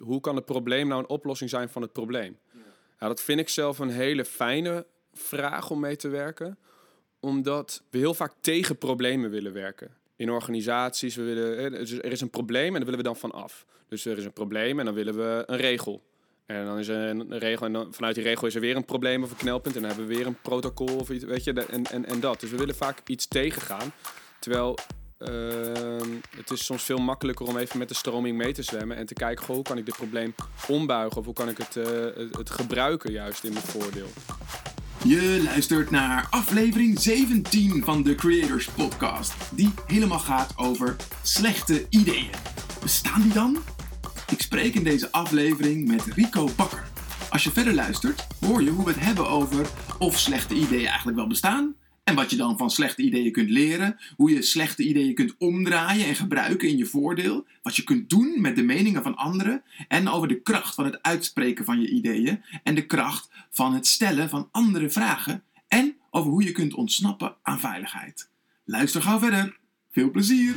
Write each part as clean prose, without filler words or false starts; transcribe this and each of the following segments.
hoe kan het probleem nou een oplossing zijn van het probleem? Ja, dat vind ik zelf een hele fijne vraag om mee te werken. Omdat we heel vaak tegen problemen willen werken. In organisaties, er is een probleem en daar willen we dan van af. Dus er is een probleem en dan willen we een regel. En dan is er een regel en dan vanuit die regel is er weer een probleem of een knelpunt. En dan hebben we weer een protocol of iets, weet je, en dat. Dus we willen vaak iets tegengaan. Terwijl het is soms veel makkelijker om even met de stroming mee te zwemmen en te kijken, hoe kan ik dit probleem ombuigen of hoe kan ik het gebruiken juist in mijn voordeel. Je luistert naar aflevering 17 van de Creators Podcast, die helemaal gaat over slechte ideeën. Bestaan die dan? Ik spreek in deze aflevering met Rico Bakker. Als je verder luistert, hoor je hoe we het hebben over of slechte ideeën eigenlijk wel bestaan en wat je dan van slechte ideeën kunt leren, hoe je slechte ideeën kunt omdraaien en gebruiken in je voordeel, wat je kunt doen met de meningen van anderen en over de kracht van het uitspreken van je ideeën en de kracht van het stellen van andere vragen en over hoe je kunt ontsnappen aan veiligheid. Luister gauw verder. Veel plezier!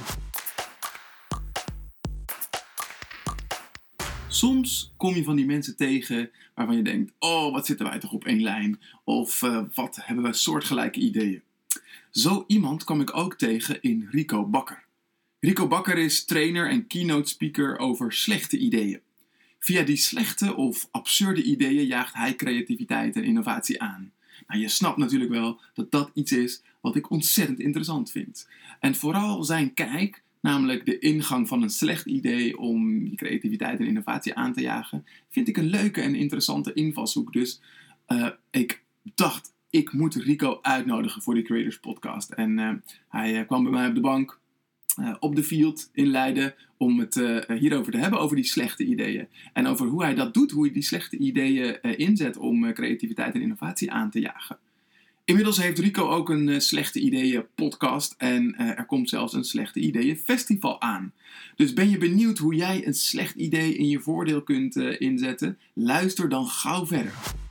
Soms kom je van die mensen tegen waarvan je denkt, oh, wat zitten wij toch op één lijn? Of wat hebben we soortgelijke ideeën? Zo iemand kwam ik ook tegen in Rico Bakker. Rico Bakker is trainer en keynote speaker over slechte ideeën. Via die slechte of absurde ideeën jaagt hij creativiteit en innovatie aan. Nou, je snapt natuurlijk wel dat dat iets is wat ik ontzettend interessant vind. En vooral zijn kijk, namelijk de ingang van een slecht idee om die creativiteit en innovatie aan te jagen, vind ik een leuke en interessante invalshoek. Dus ik dacht, ik moet Rico uitnodigen voor de Creators Podcast. En hij kwam bij mij op de bank, op de field in Leiden, om het hierover te hebben, over die slechte ideeën. En over hoe hij dat doet, hoe hij die slechte ideeën inzet om creativiteit en innovatie aan te jagen. Inmiddels heeft Rico ook een slechte ideeën podcast en er komt zelfs een slechte ideeën festival aan. Dus ben je benieuwd hoe jij een slecht idee in je voordeel kunt inzetten? Luister dan gauw verder.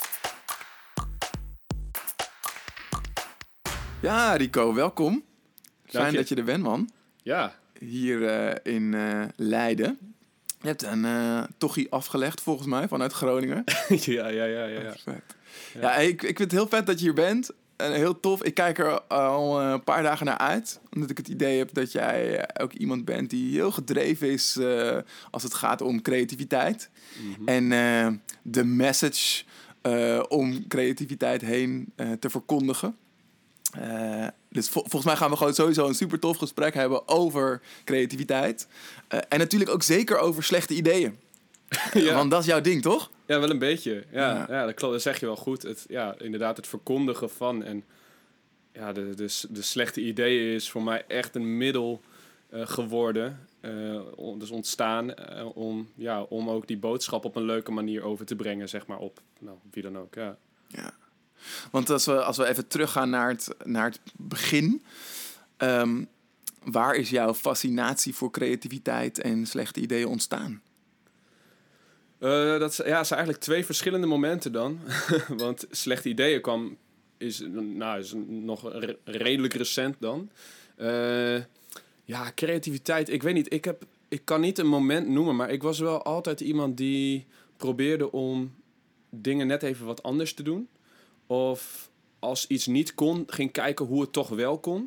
Ja, Rico, welkom. Fijn dat je er bent, man. Ja. Hier in Leiden. Je hebt een tochie afgelegd, volgens mij, vanuit Groningen. Ja. Perfect. Ja, ik vind het heel vet dat je hier bent. Heel tof. Ik kijk er al een paar dagen naar uit. Omdat ik het idee heb dat jij ook iemand bent die heel gedreven is als het gaat om creativiteit. Mm-hmm. En de message om creativiteit heen te verkondigen. Dus volgens mij gaan we gewoon sowieso een super tof gesprek hebben over creativiteit. En natuurlijk ook zeker over slechte ideeën. Ja. Want dat is jouw ding, toch? Ja, wel een beetje. Ja, dat klopt. Dat zeg je wel goed. Inderdaad, het verkondigen van. En ja, de slechte ideeën is voor mij echt een middel geworden. Dus ontstaan om ook die boodschap op een leuke manier over te brengen, zeg maar, op wie dan ook. Ja. Want als we even teruggaan naar het begin. Waar is jouw fascinatie voor creativiteit en slechte ideeën ontstaan? Dat zijn eigenlijk twee verschillende momenten dan. Want slechte ideeën is nog redelijk recent dan. Creativiteit, ik weet niet. Ik kan niet een moment noemen, maar ik was wel altijd iemand die probeerde om dingen net even wat anders te doen. Of als iets niet kon, ging kijken hoe het toch wel kon.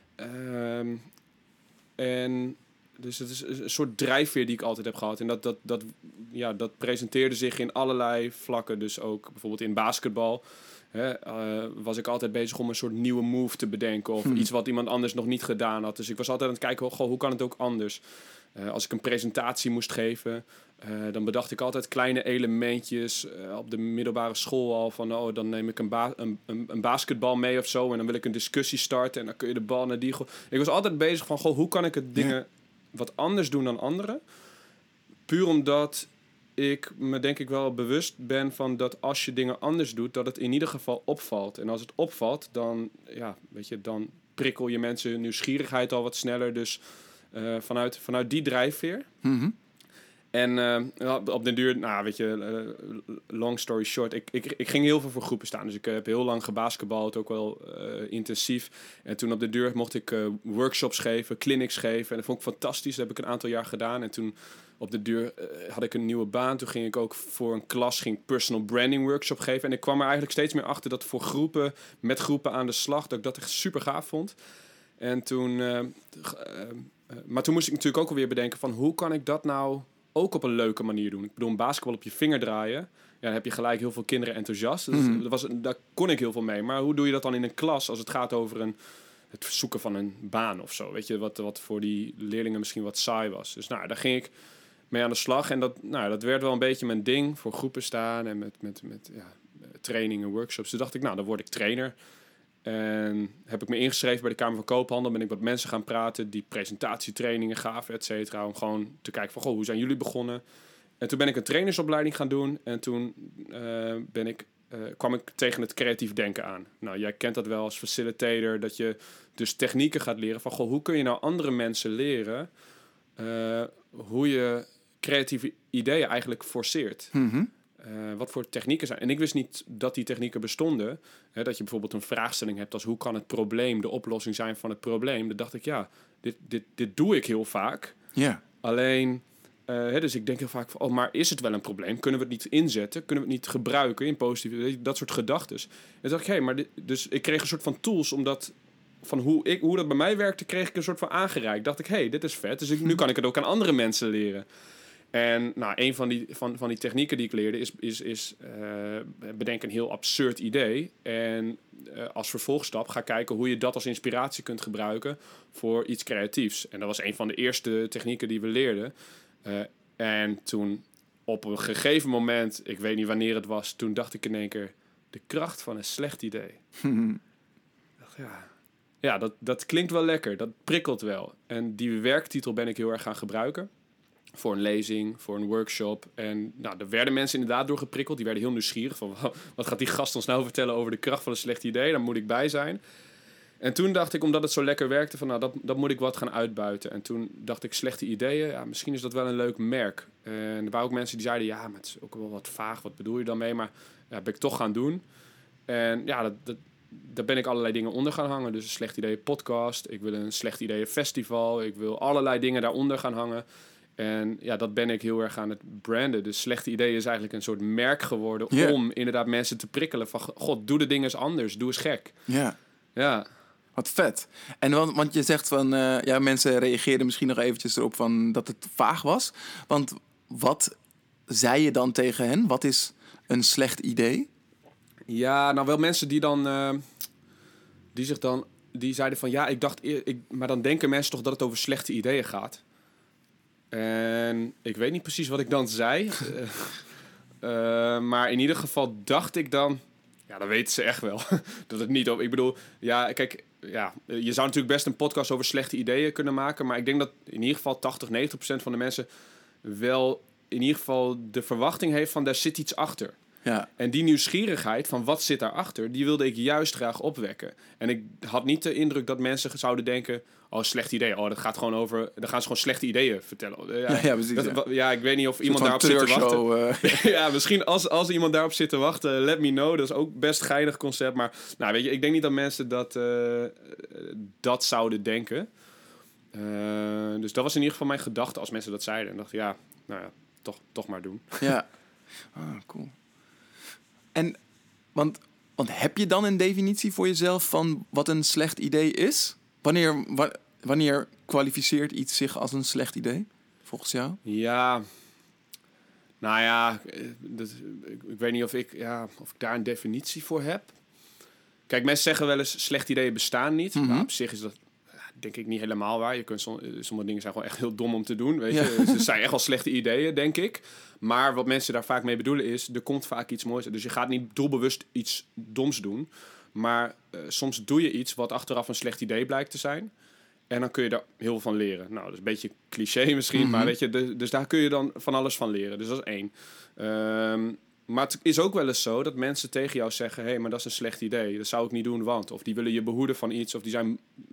Dus het is een soort drijfveer die ik altijd heb gehad. En dat presenteerde zich in allerlei vlakken. Dus ook bijvoorbeeld in basketbal. Was ik altijd bezig om een soort nieuwe move te bedenken. Of iets wat iemand anders nog niet gedaan had. Dus ik was altijd aan het kijken, hoe kan het ook anders? Als ik een presentatie moest geven, dan bedacht ik altijd kleine elementjes. Op de middelbare school al van, dan neem ik een basketbal mee of zo. En dan wil ik een discussie starten. En dan kun je de bal naar die gooien. Ik was altijd bezig van, hoe kan ik het dingen wat anders doen dan anderen? Puur omdat ik me denk ik wel bewust ben van dat als je dingen anders doet, dat het in ieder geval opvalt. En als het opvalt, dan prikkel je mensen hun nieuwsgierigheid al wat sneller. Dus vanuit die drijfveer. Mm-hmm. En op den duur, nou weet je, long story short, ik ging heel veel voor groepen staan. Dus ik heb heel lang gebasketbald, ook wel intensief. En toen op de duur mocht ik workshops geven, clinics geven. En dat vond ik fantastisch, dat heb ik een aantal jaar gedaan. En toen op de duur had ik een nieuwe baan. Toen ging ik ook voor een klas personal branding workshop geven. En ik kwam er eigenlijk steeds meer achter dat voor groepen, met groepen aan de slag, dat ik dat echt super gaaf vond. En toen, maar toen moest ik natuurlijk ook alweer bedenken van hoe kan ik dat nou ook op een leuke manier doen. Ik bedoel, een basketbal op je vinger draaien. Ja, dan heb je gelijk heel veel kinderen enthousiast. Dus daar kon ik heel veel mee. Maar hoe doe je dat dan in een klas als het gaat over het zoeken van een baan of zo? Weet je, wat voor die leerlingen misschien wat saai was. Dus nou, daar ging ik mee aan de slag. En dat werd wel een beetje mijn ding. Voor groepen staan en met trainingen, workshops. Toen dacht ik, nou, dan word ik trainer. En heb ik me ingeschreven bij de Kamer van Koophandel. Ben ik met mensen gaan praten die presentatietrainingen gaven, et cetera. Om gewoon te kijken van, goh, hoe zijn jullie begonnen? En toen ben ik een trainersopleiding gaan doen. En toen kwam ik tegen het creatief denken aan. Nou, jij kent dat wel als facilitator. Dat je dus technieken gaat leren van, goh, hoe kun je nou andere mensen leren hoe je creatieve ideeën eigenlijk forceert. Wat voor technieken zijn. En ik wist niet dat die technieken bestonden. Hè, dat je bijvoorbeeld een vraagstelling hebt als hoe kan het probleem de oplossing zijn van het probleem. Dan dacht ik, ja, dit doe ik heel vaak. Ja. Alleen, dus ik denk heel vaak van, maar is het wel een probleem? Kunnen we het niet inzetten? Kunnen we het niet gebruiken in positieve, dat soort gedachten? En dacht ik, dus ik kreeg een soort van tools omdat van hoe dat bij mij werkte, kreeg ik een soort van aangereikt. Dacht ik, dit is vet. Dus nu kan ik het ook aan andere mensen leren. En nou, een van die technieken die ik leerde is bedenk een heel absurd idee. En als vervolgstap ga kijken hoe je dat als inspiratie kunt gebruiken voor iets creatiefs. En dat was een van de eerste technieken die we leerden. En toen op een gegeven moment, ik weet niet wanneer het was, toen dacht ik in één keer, de kracht van een slecht idee. Ik dacht, ja, dat klinkt wel lekker, dat prikkelt wel. En die werktitel ben ik heel erg gaan gebruiken. Voor een lezing, voor een workshop. En nou, daar werden mensen inderdaad door geprikkeld. Die werden heel nieuwsgierig van, wat gaat die gast ons nou vertellen over de kracht van een slecht idee? Daar moet ik bij zijn. En toen dacht ik, omdat het zo lekker werkte, van nou, dat moet ik wat gaan uitbuiten. En toen dacht ik, slechte ideeën, ja, misschien is dat wel een leuk merk. En er waren ook mensen die zeiden, ja, maar het is ook wel wat vaag, wat bedoel je dan mee? Maar ja, ben ik toch gaan doen. En ja, daar ben ik allerlei dingen onder gaan hangen. Dus een slecht idee podcast, ik wil een slecht idee festival, ik wil allerlei dingen daaronder gaan hangen. En ja, dat ben ik heel erg aan het branden. Dus slechte ideeën is eigenlijk een soort merk geworden om inderdaad mensen te prikkelen van, god, doe de dingen eens anders, doe eens gek. Ja. Wat vet. En want je zegt van, mensen reageerden misschien nog eventjes erop van dat het vaag was. Want wat zei je dan tegen hen? Wat is een slecht idee? Ja, nou wel mensen die dan, die zeiden van, ja, ik dacht, maar dan denken mensen toch dat het over slechte ideeën gaat. En ik weet niet precies wat ik dan zei. Maar in ieder geval dacht ik dan, ja, dat weten ze echt wel. Dat het niet over. Ik bedoel, ja, kijk, ja, je zou natuurlijk best een podcast over slechte ideeën kunnen maken. Maar ik denk dat in ieder geval 80-90% van de mensen wel in ieder geval de verwachting heeft van daar zit iets achter. Ja. En die nieuwsgierigheid van wat zit daarachter, die wilde ik juist graag opwekken. En ik had niet de indruk dat mensen zouden denken, oh, slecht idee. Oh, dat gaat gewoon over, dan gaan ze gewoon slechte ideeën vertellen. Ja, precies. Ja, ik weet niet of iemand daarop zit te wachten. Ja, misschien als iemand daarop zit te wachten, let me know. Dat is ook best geinig concept. Maar nou, weet je, ik denk niet dat mensen dat zouden denken. Dus dat was in ieder geval mijn gedachte als mensen dat zeiden. En dacht, ja, nou ja, toch maar doen. Ja, cool. En, want heb je dan een definitie voor jezelf van wat een slecht idee is? Wanneer kwalificeert iets zich als een slecht idee, volgens jou? Ja, nou ja, ik weet niet of ik daar een definitie voor heb. Kijk, mensen zeggen wel eens, slechte ideeën bestaan niet. Nou, op zich is dat denk ik niet helemaal waar. Je kunt sommige dingen zijn gewoon echt heel dom om te doen. Weet je? Ze zijn echt wel slechte ideeën, denk ik. Maar wat mensen daar vaak mee bedoelen is, er komt vaak iets moois. Dus je gaat niet doelbewust iets doms doen. Maar soms doe je iets wat achteraf een slecht idee blijkt te zijn. En dan kun je daar heel veel van leren. Nou, dat is een beetje cliché misschien. Maar weet je, dus daar kun je dan van alles van leren. Dus dat is 1. Maar het is ook wel eens zo dat mensen tegen jou zeggen, hé, maar dat is een slecht idee. Dat zou ik niet doen, want. Of die willen je behoeden van iets. Of die zijn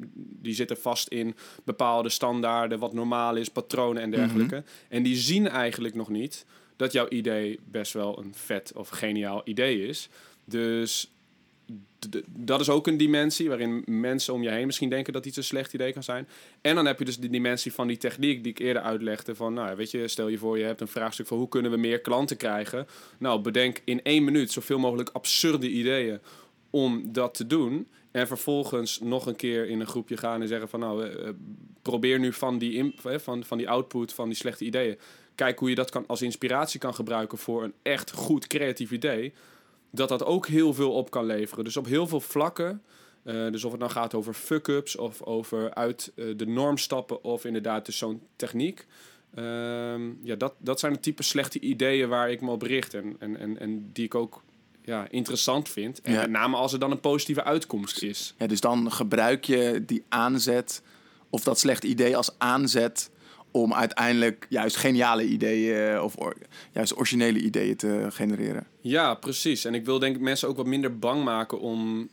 die zitten vast in bepaalde standaarden, wat normaal is, patronen en dergelijke. En die zien eigenlijk nog niet dat jouw idee best wel een vet of geniaal idee is. Dus dat is ook een dimensie waarin mensen om je heen misschien denken dat iets een slecht idee kan zijn. En dan heb je dus de dimensie van die techniek die ik eerder uitlegde. Van, nou, weet je, stel je voor je hebt een vraagstuk van hoe kunnen we meer klanten krijgen. Nou, bedenk in 1 minuut zoveel mogelijk absurde ideeën om dat te doen. En vervolgens nog een keer in een groepje gaan en zeggen van, nou, probeer nu van die output, van die slechte ideeën. Kijk hoe je dat als inspiratie kan gebruiken voor een echt goed creatief idee. Dat ook heel veel op kan leveren. Dus op heel veel vlakken. Dus of het nou gaat over fuck-ups of over uit de norm stappen of inderdaad dus zo'n techniek. Dat zijn de type slechte ideeën waar ik me op richt en die ik ook interessant vind. En met name als er dan een positieve uitkomst is. Ja, dus dan gebruik je die aanzet of dat slechte idee als aanzet om uiteindelijk juist geniale ideeën of juist originele ideeën te genereren. Ja, precies. En ik wil denk ik mensen ook wat minder bang maken om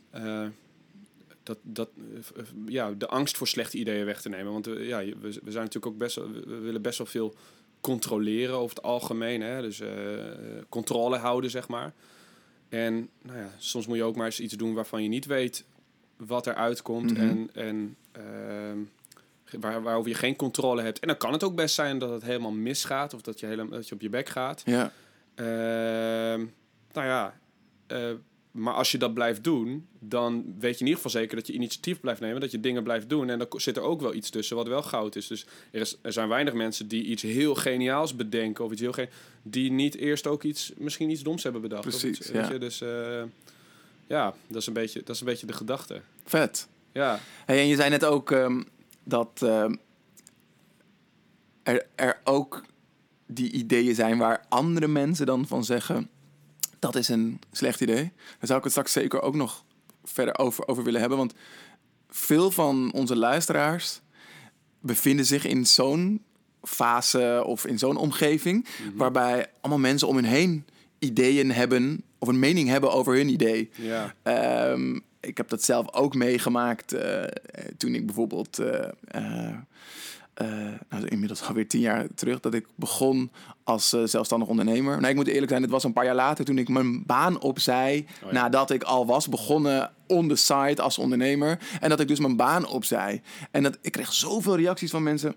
de angst voor slechte ideeën weg te nemen. Want we zijn natuurlijk ook we willen best wel veel controleren over het algemeen. Hè? Dus controle houden, zeg maar. En nou ja, soms moet je ook maar eens iets doen waarvan je niet weet wat er uitkomt. En waarover je geen controle hebt. En dan kan het ook best zijn dat het helemaal misgaat. Of dat je op je bek gaat. Ja. Maar als je dat blijft doen, dan weet je in ieder geval zeker dat je initiatief blijft nemen. Dat je dingen blijft doen. En dan zit er ook wel iets tussen wat wel goud is. Dus er zijn weinig mensen die iets heel geniaals bedenken. Of iets die niet eerst ook misschien iets doms hebben bedacht. Precies, of iets, weet je? Dus dat is een beetje de gedachte. Vet. Ja. Hey, en je zei net ook dat er ook die ideeën zijn waar andere mensen dan van zeggen, dat is een slecht idee. Daar zou ik het straks zeker ook nog verder over willen hebben. Want veel van onze luisteraars bevinden zich in zo'n fase of in zo'n omgeving waarbij allemaal mensen om hun heen ideeën hebben of een mening hebben over hun idee. Ja. Ik heb dat zelf ook meegemaakt toen ik bijvoorbeeld inmiddels alweer 10 jaar terug, dat ik begon als zelfstandig ondernemer. Nee, ik moet eerlijk zijn, het was een paar jaar later toen ik mijn baan opzei, nadat ik al was begonnen on the side als ondernemer. En dat ik dus mijn baan opzei. En ik kreeg zoveel reacties van mensen.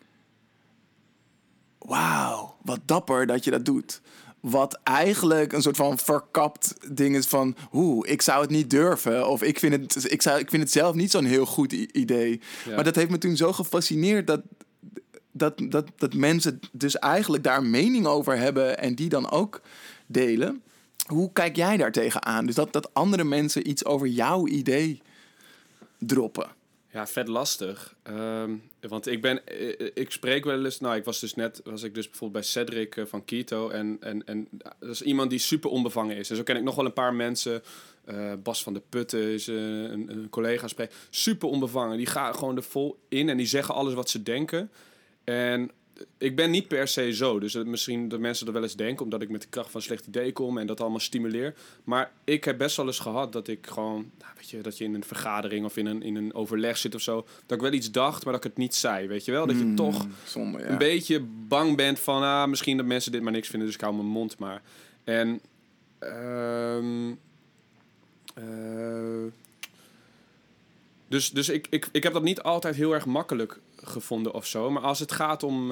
Wauw, wat dapper dat je dat doet. Wat eigenlijk een soort van verkapt ding is van, ik zou het niet durven. Of ik vind het zelf niet zo'n heel goed idee. Ja. Maar dat heeft me toen zo gefascineerd dat mensen dus eigenlijk daar een mening over hebben en die dan ook delen. Hoe kijk jij daar tegenaan? Dus dat andere mensen iets over jouw idee droppen. Ja, vet lastig. Want ik spreek wel eens. Nou, was ik dus bijvoorbeeld bij Cedric van Keto. En dat is iemand die super onbevangen is. En zo ken ik nog wel een paar mensen. Bas van de Putten is een collega spreekt. Super onbevangen. Die gaan gewoon er vol in en die zeggen alles wat ze denken. En ik ben niet per se zo. Dus misschien dat mensen dat wel eens denken, omdat ik met de kracht van slecht idee kom en dat allemaal stimuleer. Maar ik heb best wel eens gehad dat ik gewoon, dat je in een vergadering of in een overleg zit of zo, dat ik wel iets dacht, maar dat ik het niet zei, weet je wel? Dat je toch een beetje bang bent van, misschien dat mensen dit maar niks vinden, dus ik hou mijn mond maar. En Dus ik heb dat niet altijd heel erg makkelijk gevonden of zo. Maar als het gaat om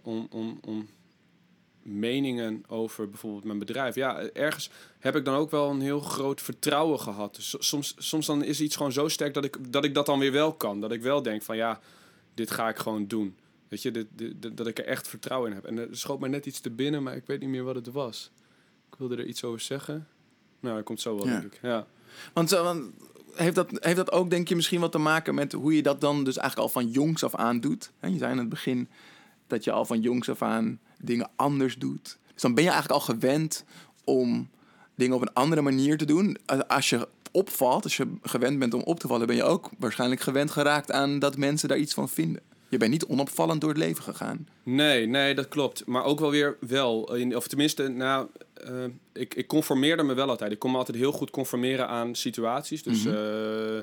meningen over bijvoorbeeld mijn bedrijf. Ja, ergens heb ik dan ook wel een heel groot vertrouwen gehad. Dus soms dan is iets gewoon zo sterk dat ik dat dan weer wel kan. Dat ik wel denk van dit ga ik gewoon doen. Weet je, dat ik er echt vertrouwen in heb. En er schoot mij net iets te binnen, maar ik weet niet meer wat het was. Ik wilde er iets over zeggen. Nou, dat komt zo wel, denk ik. Ja. Want heeft dat ook, denk je, misschien wat te maken met hoe je dat dan dus eigenlijk al van jongs af aan doet? Je zei in het begin dat je al van jongs af aan dingen anders doet. Dus dan ben je eigenlijk al gewend om dingen op een andere manier te doen. Als je opvalt, als je gewend bent om op te vallen, ben je ook waarschijnlijk gewend geraakt aan dat mensen daar iets van vinden. Je bent niet onopvallend door het leven gegaan. Nee, dat klopt. Maar ook wel weer wel. Of tenminste, ik conformeerde me wel altijd. Ik kon me altijd heel goed conformeren aan situaties. Dus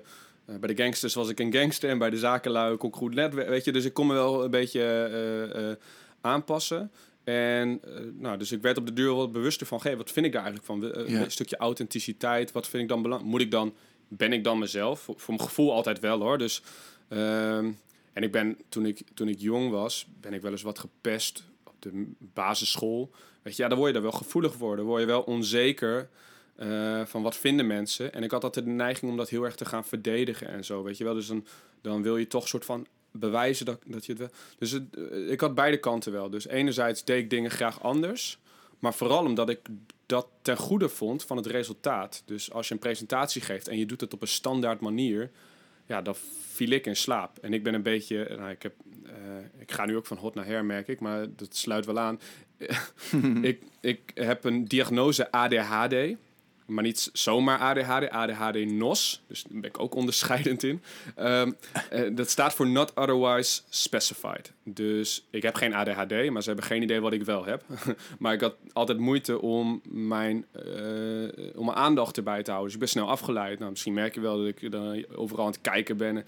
Bij de gangsters was ik een gangster en bij de zakenlui kon ik goed net, weet je. Dus ik kon me wel een beetje aanpassen. En nou, dus ik werd op de duur wat bewuster van, wat vind ik daar eigenlijk van? Een stukje authenticiteit, wat vind ik dan belangrijk? Ben ik dan mezelf? Voor mijn gevoel altijd wel, hoor. Dus, en ik ben, toen ik jong was, ben ik wel eens wat gepest op de basisschool. Weet je, daar word je wel gevoelig voor. Dan word je wel onzeker van wat vinden mensen. En ik had altijd de neiging om dat heel erg te gaan verdedigen en zo, weet je wel. Dus dan wil je toch een soort van bewijzen dat je het wel... Dus ik had beide kanten wel. Dus enerzijds deed ik dingen graag anders, maar vooral omdat ik dat ten goede vond van het resultaat. Dus als je een presentatie geeft en je doet het op een standaard manier, ja, dan viel ik in slaap. En ik ben een beetje... Nou, ik ga nu ook van hot naar her, merk ik, maar dat sluit wel aan. Ik heb een diagnose ADHD, maar niet zomaar ADHD, ADHD-NOS. Dus daar ben ik ook onderscheidend in. Dat staat voor Not Otherwise Specified. Dus ik heb geen ADHD, maar ze hebben geen idee wat ik wel heb. Maar ik had altijd moeite om mijn aandacht erbij te houden. Dus ik ben snel afgeleid. Nou, misschien merk je wel dat ik dan overal aan het kijken ben.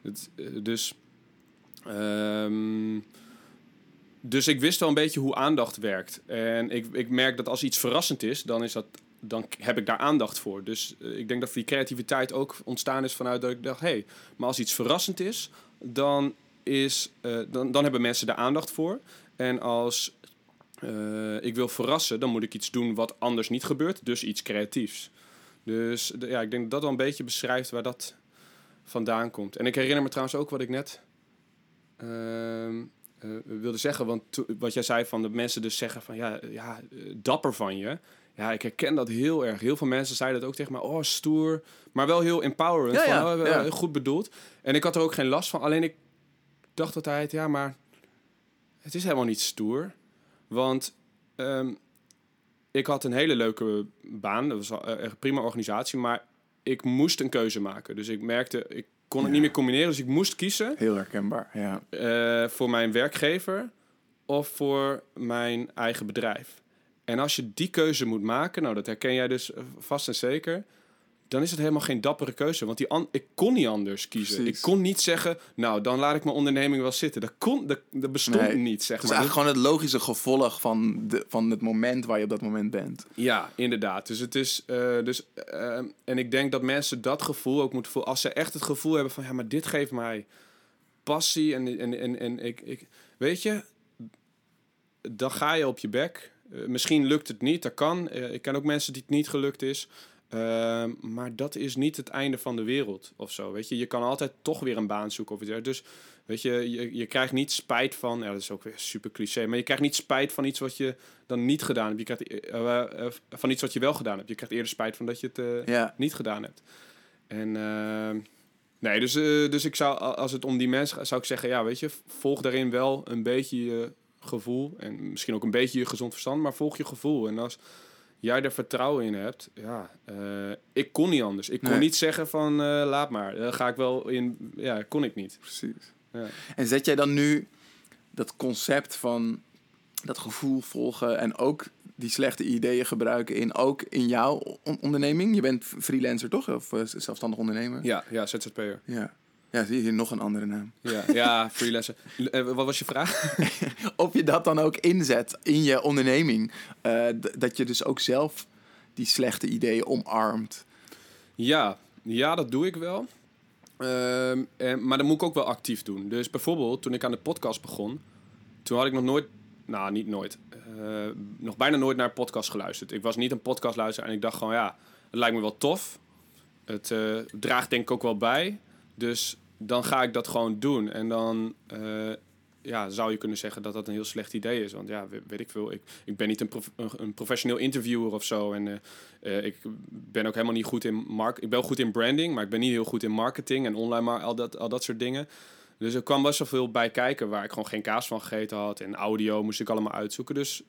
Dus ik wist wel een beetje hoe aandacht werkt. En ik merk dat als iets verrassend is, dan heb ik daar aandacht voor. Dus ik denk dat die creativiteit ook ontstaan is vanuit dat ik dacht, maar als iets verrassend is, dan hebben mensen daar aandacht voor. En als ik wil verrassen, dan moet ik iets doen wat anders niet gebeurt. Dus iets creatiefs. Dus ik denk dat dat wel een beetje beschrijft waar dat vandaan komt. En ik herinner me trouwens ook wat ik net wilde zeggen. Want wat jij zei van de mensen dus zeggen van dapper van je. Ja, ik herken dat heel erg. Heel veel mensen zeiden dat ook tegen me. Oh, stoer. Maar wel heel empowerend. Heel goed bedoeld. En ik had er ook geen last van. Alleen ik dacht altijd, maar het is helemaal niet stoer. Want ik had een hele leuke baan. Dat was een prima organisatie. Maar ik moest een keuze maken. Dus ik merkte, ik kon het niet meer combineren. Dus ik moest kiezen. Heel herkenbaar, ja. Voor mijn werkgever of voor mijn eigen bedrijf. En als je die keuze moet maken, nou, dat herken jij dus vast en zeker, dan is het helemaal geen dappere keuze. Want ik kon niet anders kiezen. Precies. Ik kon niet zeggen, nou, dan laat ik mijn onderneming wel zitten. Dat bestond niet, zeg maar. Het is eigenlijk gewoon het logische gevolg van het moment waar je op dat moment bent. Ja, inderdaad. Dus het is... en ik denk dat mensen dat gevoel ook moeten voelen. Als ze echt het gevoel hebben van, maar dit geeft mij passie. En ik weet je, dan ga je op je bek. Misschien lukt het niet, dat kan. Ik ken ook mensen die het niet gelukt is. Maar dat is niet het einde van de wereld of zo. Weet je kan altijd toch weer een baan zoeken of iets. Dus weet je krijgt niet spijt van... Ja, dat is ook weer super cliché. Maar je krijgt niet spijt van iets wat je dan niet gedaan hebt. Je krijgt van iets wat je wel gedaan hebt. Je krijgt eerder spijt van dat je het niet gedaan hebt. En nee, dus ik zou, als het om die mensen gaat, zou ik zeggen... weet je, volg daarin wel een beetje je gevoel. En misschien ook een beetje je gezond verstand. Maar volg je gevoel. En als jij er vertrouwen in hebt, ik kon niet anders. Ik kon niet zeggen van, laat maar. Ga ik wel in... Ja, kon ik niet. Precies. Ja. En zet jij dan nu dat concept van dat gevoel volgen en ook die slechte ideeën gebruiken ook in jouw onderneming? Je bent freelancer, toch? Of zelfstandig ondernemer? Ja, ZZP'er. Ja, zie je hier nog een andere naam. Ja, freelancer. Wat was je vraag? Of je dat dan ook inzet in je onderneming. Dat je dus ook zelf die slechte ideeën omarmt. Ja, dat doe ik wel. Maar dat moet ik ook wel actief doen. Dus bijvoorbeeld, toen ik aan de podcast begon, toen had ik nog nooit... Nou, niet nooit. Nog bijna nooit naar een podcast geluisterd. Ik was niet een podcastluisteraar en ik dacht gewoon, het lijkt me wel tof. Het draagt denk ik ook wel bij. Dus dan ga ik dat gewoon doen. En dan zou je kunnen zeggen dat dat een heel slecht idee is. Want weet ik veel. Ik ben niet een professioneel interviewer of zo. En ik ben ook helemaal niet goed in ik ben wel goed in branding, maar ik ben niet heel goed in marketing en online, maar al dat soort dingen. Dus er kwam best wel veel bij kijken waar ik gewoon geen kaas van gegeten had. En audio moest ik allemaal uitzoeken. Dus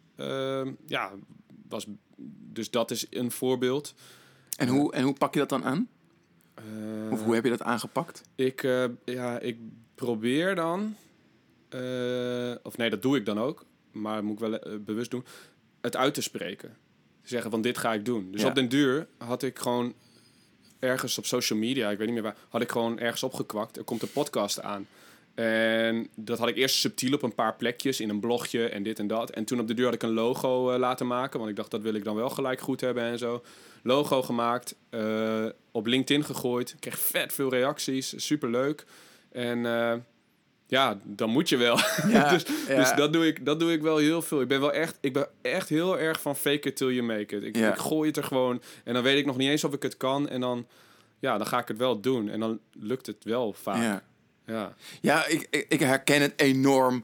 dus dat is een voorbeeld. En hoe pak je dat dan aan? Of hoe heb je dat aangepakt? Ik probeer dan... of nee, dat doe ik dan ook. Maar dat moet ik wel bewust doen. Het uit te spreken. Zeggen van dit ga ik doen. Dus op den duur had ik gewoon ergens op social media, ik weet niet meer waar, had ik gewoon ergens opgekwakt. Er komt een podcast aan. En dat had ik eerst subtiel op een paar plekjes in een blogje en dit en dat. En toen op de duur had ik een logo laten maken. Want ik dacht, dat wil ik dan wel gelijk goed hebben en zo. Logo gemaakt, op LinkedIn gegooid. Ik kreeg vet veel reacties, superleuk. En dan moet je wel. Ja, dus dat doe ik wel heel veel. Ik ben echt heel erg van fake it till you make it. Ik gooi het er gewoon. En dan weet ik nog niet eens of ik het kan. En dan ga ik het wel doen. En dan lukt het wel vaak. Ja, ik herken het enorm.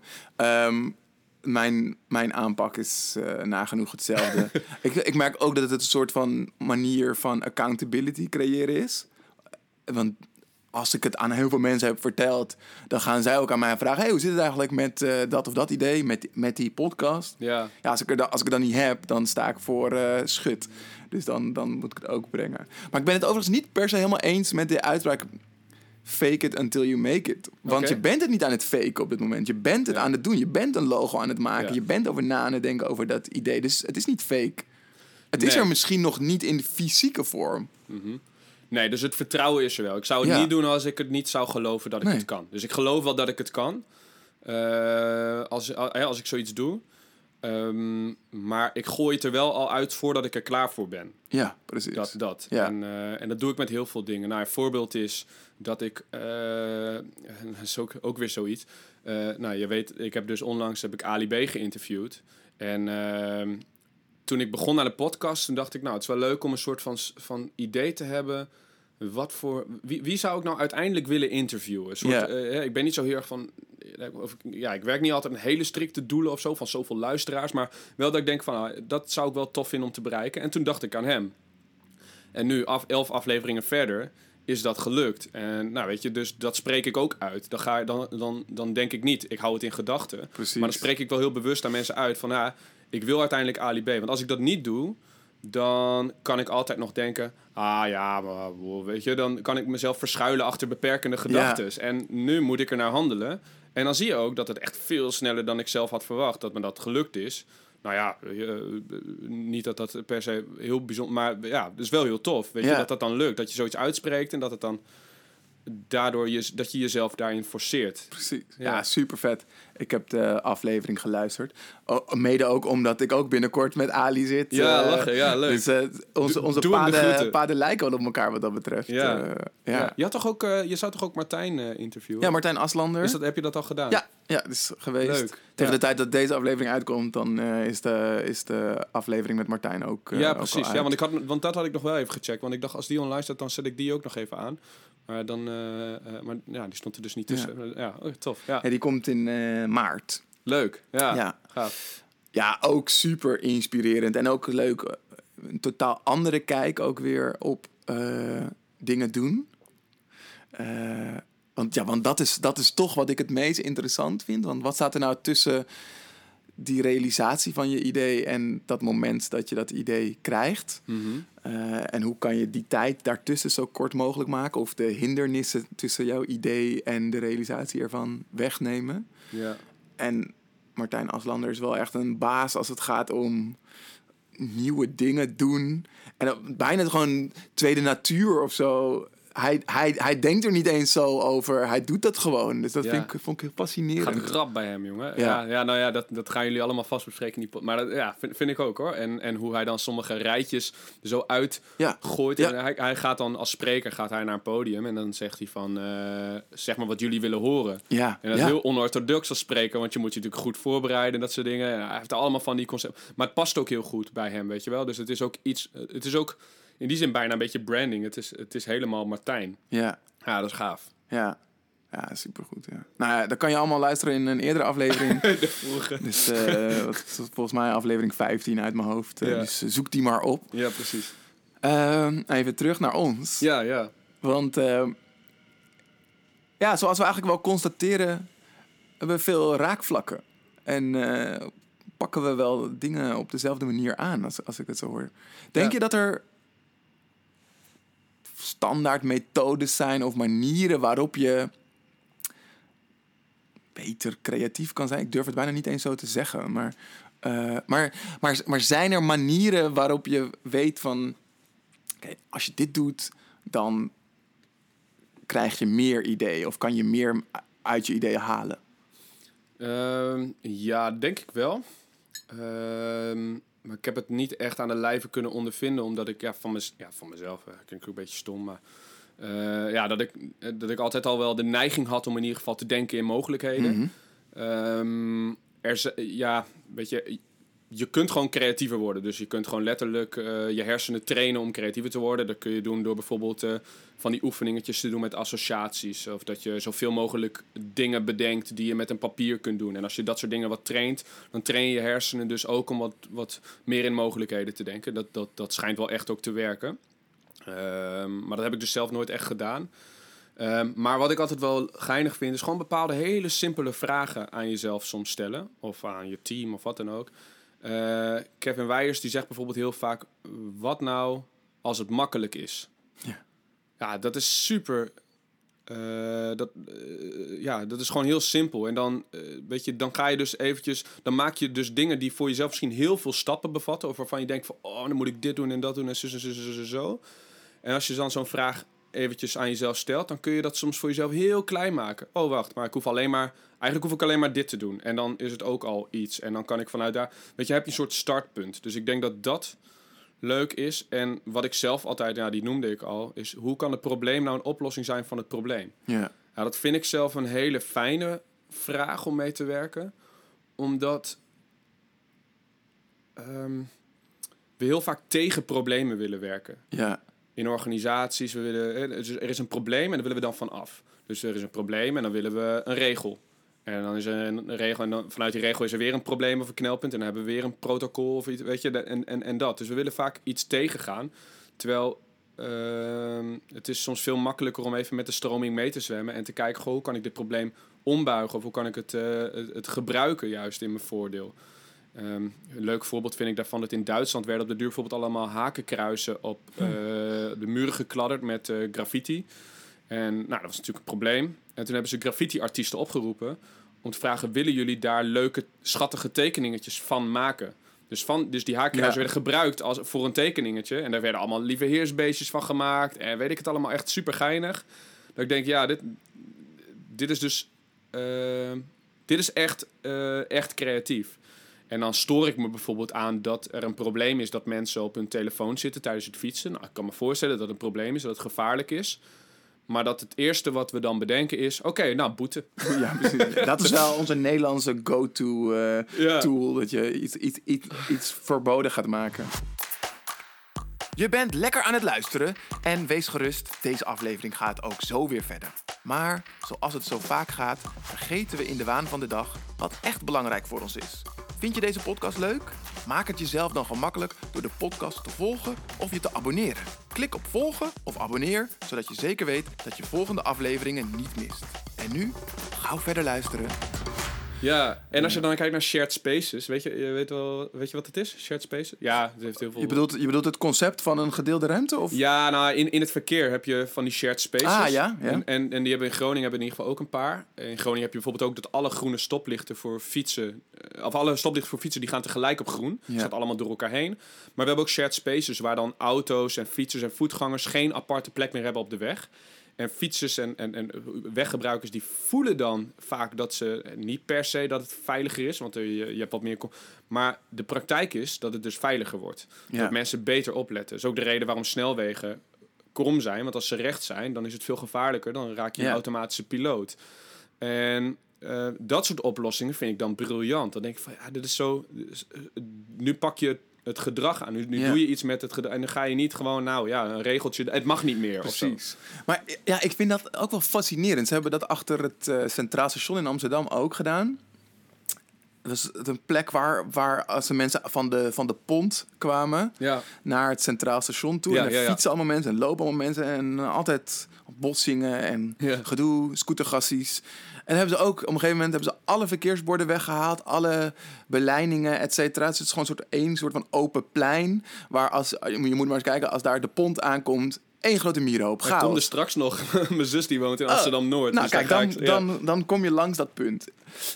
Mijn aanpak is nagenoeg hetzelfde. ik merk ook dat het een soort van manier van accountability creëren is. Want als ik het aan heel veel mensen heb verteld, dan gaan zij ook aan mij vragen: hey, hoe zit het eigenlijk met dat of dat idee, met die podcast? Ja. Ja, als ik het dan niet heb, dan sta ik voor schut. Dus dan moet ik het ook brengen. Maar ik ben het overigens niet per se helemaal eens met de uitspraak fake it until you make it. Want je bent het niet aan het faken op dit moment. Je bent het aan het doen. Je bent een logo aan het maken. Je bent over na aan het denken over dat idee. Dus het is niet fake. Het is er misschien nog niet in fysieke vorm. Mm-hmm. Nee, dus het vertrouwen is er wel. Ik zou het niet doen als ik het niet zou geloven dat ik het kan. Dus ik geloof wel dat ik het kan. Als ik zoiets doe. Maar ik gooi het er wel al uit voordat ik er klaar voor ben. Ja, precies. Dat. Ja. En dat doe ik met heel veel dingen. Nou, een voorbeeld is dat ik... dat is ook weer zoiets. Je weet, ik heb dus onlangs Ali B geïnterviewd. En toen ik begon aan de podcast, toen dacht ik, het is wel leuk om een soort van idee te hebben. Wie zou ik nou uiteindelijk willen interviewen? Ik ben niet zo heel erg van... ik werk niet altijd met hele strikte doelen of zo, van zoveel luisteraars. Maar wel dat ik denk van, dat zou ik wel tof vinden om te bereiken. En toen dacht ik aan hem. En nu, 11 afleveringen verder, is dat gelukt. En dus dat spreek ik ook uit. Dan denk ik niet, ik hou het in gedachten. Precies. Maar dan spreek ik wel heel bewust aan mensen uit van, ik wil uiteindelijk Ali B. Want als ik dat niet doe, dan kan ik altijd nog denken, dan kan ik mezelf verschuilen achter beperkende gedachten. Ja. En nu moet ik er naar handelen. En dan zie je ook dat het echt veel sneller dan ik zelf had verwacht, dat me dat gelukt is. Niet dat dat per se heel bijzonder, maar het is wel heel tof. Weet je, dat dan lukt, dat je zoiets uitspreekt en dat het dan daardoor dat je jezelf daarin forceert. Precies. Ja, super vet. Ik heb de aflevering geluisterd. Mede ook omdat ik ook binnenkort met Ali zit. Ja, lachen. Ja, leuk. Dus onze paden lijken wel op elkaar wat dat betreft. Ja. Je zou toch ook Martijn interviewen? Ja, Martijn Aslander. Heb je dat al gedaan? Ja, dat is geweest. Leuk. Tegen de tijd dat deze aflevering uitkomt, dan is de aflevering met Martijn ook precies. Ook Ja, want dat had ik nog wel even gecheckt. Want ik dacht, als die online staat, dan zet ik die ook nog even aan. Maar die stond er dus niet tussen. Ja, tof. Ja. Die komt in maart. Leuk. Ja. Gaaf. Ja, ook super inspirerend. En ook leuk, een totaal andere kijk ook weer op dingen doen. Want dat is toch wat ik het meest interessant vind. Want wat staat er nou tussen die realisatie van je idee en dat moment dat je dat idee krijgt? Mm-hmm. En hoe kan je die tijd daartussen zo kort mogelijk maken? Of de hindernissen tussen jouw idee en de realisatie ervan wegnemen? Ja. En Martijn Aslander is wel echt een baas als het gaat om nieuwe dingen doen. En bijna gewoon tweede natuur of zo. Hij denkt er niet eens zo over. Hij doet dat gewoon. Dus dat vond ik fascinerend. Gaat rap bij hem, jongen. Ja. Dat gaan jullie allemaal vast bespreken. Maar dat vind ik ook, hoor. En hoe hij dan sommige rijtjes er zo uitgooit. Ja. En hij gaat dan als spreker naar een podium. En dan zegt hij van, zeg maar wat jullie willen horen. Ja. En dat is heel onorthodox als spreker. Want je moet je natuurlijk goed voorbereiden en dat soort dingen. En hij heeft allemaal van die concepten. Maar het past ook heel goed bij hem, weet je wel. Dus het is ook iets... Het is ook... In die zin bijna een beetje branding. Het is helemaal Martijn. Ja. Ja, dat is gaaf. Ja, supergoed. Ja. Nou dat kan je allemaal luisteren in een eerdere aflevering. De vorige. Dus volgens mij aflevering 15 uit mijn hoofd. Dus zoek die maar op. Ja, precies. Even terug naar ons. Ja. Want zoals we eigenlijk wel constateren, hebben we veel raakvlakken. En pakken we wel dingen op dezelfde manier aan, als ik het zo hoor. Denk je dat er standaard methodes zijn of manieren waarop je beter creatief kan zijn? Ik durf het bijna niet eens zo te zeggen. Maar zijn er manieren waarop je weet van... Oké, als je dit doet, dan krijg je meer ideeën of kan je meer uit je ideeën halen? Ja, denk ik wel. Maar ik heb het niet echt aan de lijve kunnen ondervinden, omdat ik van mezelf, klinkt ook een beetje stom, maar dat ik altijd al wel de neiging had om in ieder geval te denken in mogelijkheden. Mm-hmm. Weet je kunt gewoon creatiever worden. Dus je kunt gewoon letterlijk je hersenen trainen om creatiever te worden. Dat kun je doen door bijvoorbeeld van die oefeningetjes te doen met associaties. Of dat je zoveel mogelijk dingen bedenkt die je met een papier kunt doen. En als je dat soort dingen wat traint, dan train je je hersenen dus ook om wat meer in mogelijkheden te denken. Dat schijnt wel echt ook te werken. Maar dat heb ik dus zelf nooit echt gedaan. Maar wat ik altijd wel geinig vind, is gewoon bepaalde hele simpele vragen aan jezelf soms stellen. Of aan je team of wat dan ook. Kevin Weijers die zegt bijvoorbeeld heel vaak, wat nou als het makkelijk is? Ja, dat is super. Dat is gewoon heel simpel. En dan, dan ga je dus eventjes, dan maak je dus dingen die voor jezelf misschien heel veel stappen bevatten. Of waarvan je denkt van, dan moet ik dit doen en dat doen en zo. En als je dan zo'n vraag eventjes aan jezelf stelt, dan kun je dat soms voor jezelf heel klein maken. Oh, wacht, maar eigenlijk hoef ik alleen maar dit te doen. En dan is het ook al iets. En dan kan ik vanuit daar, heb je een soort startpunt. Dus ik denk dat dat leuk is. En wat ik zelf altijd, die noemde ik al, is hoe kan het probleem nou een oplossing zijn van het probleem? Ja. Ja, dat vind ik zelf een hele fijne vraag om mee te werken. Omdat we heel vaak tegen problemen willen werken. Ja. In organisaties, er is een probleem en daar willen we dan van af. Dus er is een probleem en dan willen we een regel. En dan is er een regel en dan vanuit die regel is er weer een probleem of een knelpunt. En dan hebben we weer een protocol of iets, en dat. Dus we willen vaak iets tegengaan. Terwijl het is soms veel makkelijker om even met de stroming mee te zwemmen en te kijken, hoe kan ik dit probleem ombuigen of hoe kan ik het gebruiken juist in mijn voordeel. Een leuk voorbeeld vind ik daarvan dat in Duitsland werden op de duur bijvoorbeeld allemaal hakenkruisen op de muren gekladderd met graffiti. En dat was natuurlijk een probleem. En toen hebben ze graffiti-artiesten opgeroepen om te vragen, willen jullie daar leuke, schattige tekeningetjes van maken? Dus die hakenkruisen werden gebruikt voor een tekeningetje. En daar werden allemaal lieve heersbeestjes van gemaakt. En weet ik het allemaal, echt super geinig. Dat ik denk, dit is dus dit is echt creatief. En dan stoor ik me bijvoorbeeld aan dat er een probleem is dat mensen op hun telefoon zitten tijdens het fietsen. Nou, ik kan me voorstellen dat het een probleem is, dat het gevaarlijk is. Maar dat het eerste wat we dan bedenken is, boete. Ja, precies. Dat is wel onze Nederlandse go-to tool, dat je iets verboden gaat maken. Je bent lekker aan het luisteren en wees gerust, deze aflevering gaat ook zo weer verder. Maar zoals het zo vaak gaat, vergeten we in de waan van de dag wat echt belangrijk voor ons is. Vind je deze podcast leuk? Maak het jezelf dan gemakkelijk door de podcast te volgen of je te abonneren. Klik op volgen of abonneer, zodat je zeker weet dat je volgende afleveringen niet mist. En nu, gauw verder luisteren. Ja, en als je dan kijkt naar shared spaces, weet je wat het is? Shared spaces? Ja, het heeft heel veel. Je bedoelt het concept van een gedeelde ruimte? Of? Ja, in het verkeer heb je van die shared spaces. Ah, ja. En die hebben in Groningen in ieder geval ook een paar. In Groningen heb je bijvoorbeeld ook dat alle groene stoplichten voor fietsen, of alle stoplichten voor fietsen, die gaan tegelijk op groen. Het gaat allemaal door elkaar heen. Maar we hebben ook shared spaces waar dan auto's en fietsers en voetgangers geen aparte plek meer hebben op de weg. En fietsers en weggebruikers die voelen dan vaak dat ze niet per se dat het veiliger is. Want je hebt wat meer. Maar de praktijk is dat het dus veiliger wordt. Ja. Dat mensen beter opletten. Dat is ook de reden waarom snelwegen krom zijn. Want als ze recht zijn, dan is het veel gevaarlijker. Dan raak je een automatische piloot. En dat soort oplossingen vind ik dan briljant. Dan denk ik van, dit is zo. Nu pak je het gedrag aan. Nu doe je iets met het gedrag. En dan ga je niet gewoon, een regeltje. Het mag niet meer. Precies. Maar ik vind dat ook wel fascinerend. Ze hebben dat achter het Centraal Station in Amsterdam ook gedaan. Dat is een plek waar als de mensen van de pont kwamen naar het Centraal Station toe. En er fietsen allemaal mensen en lopen allemaal mensen. En altijd botsingen en gedoe, scootergassies. En hebben ze ook, op een gegeven moment hebben ze alle verkeersborden weggehaald, alle beleidingen, et cetera. Dus het is gewoon één soort van open plein, waar je moet maar eens kijken, als daar de pont aankomt, één grote mierenhoop. Ik kom er straks nog. Mijn zus die woont in Amsterdam-Noord. Nou, dus kijk, dan kom je langs dat punt.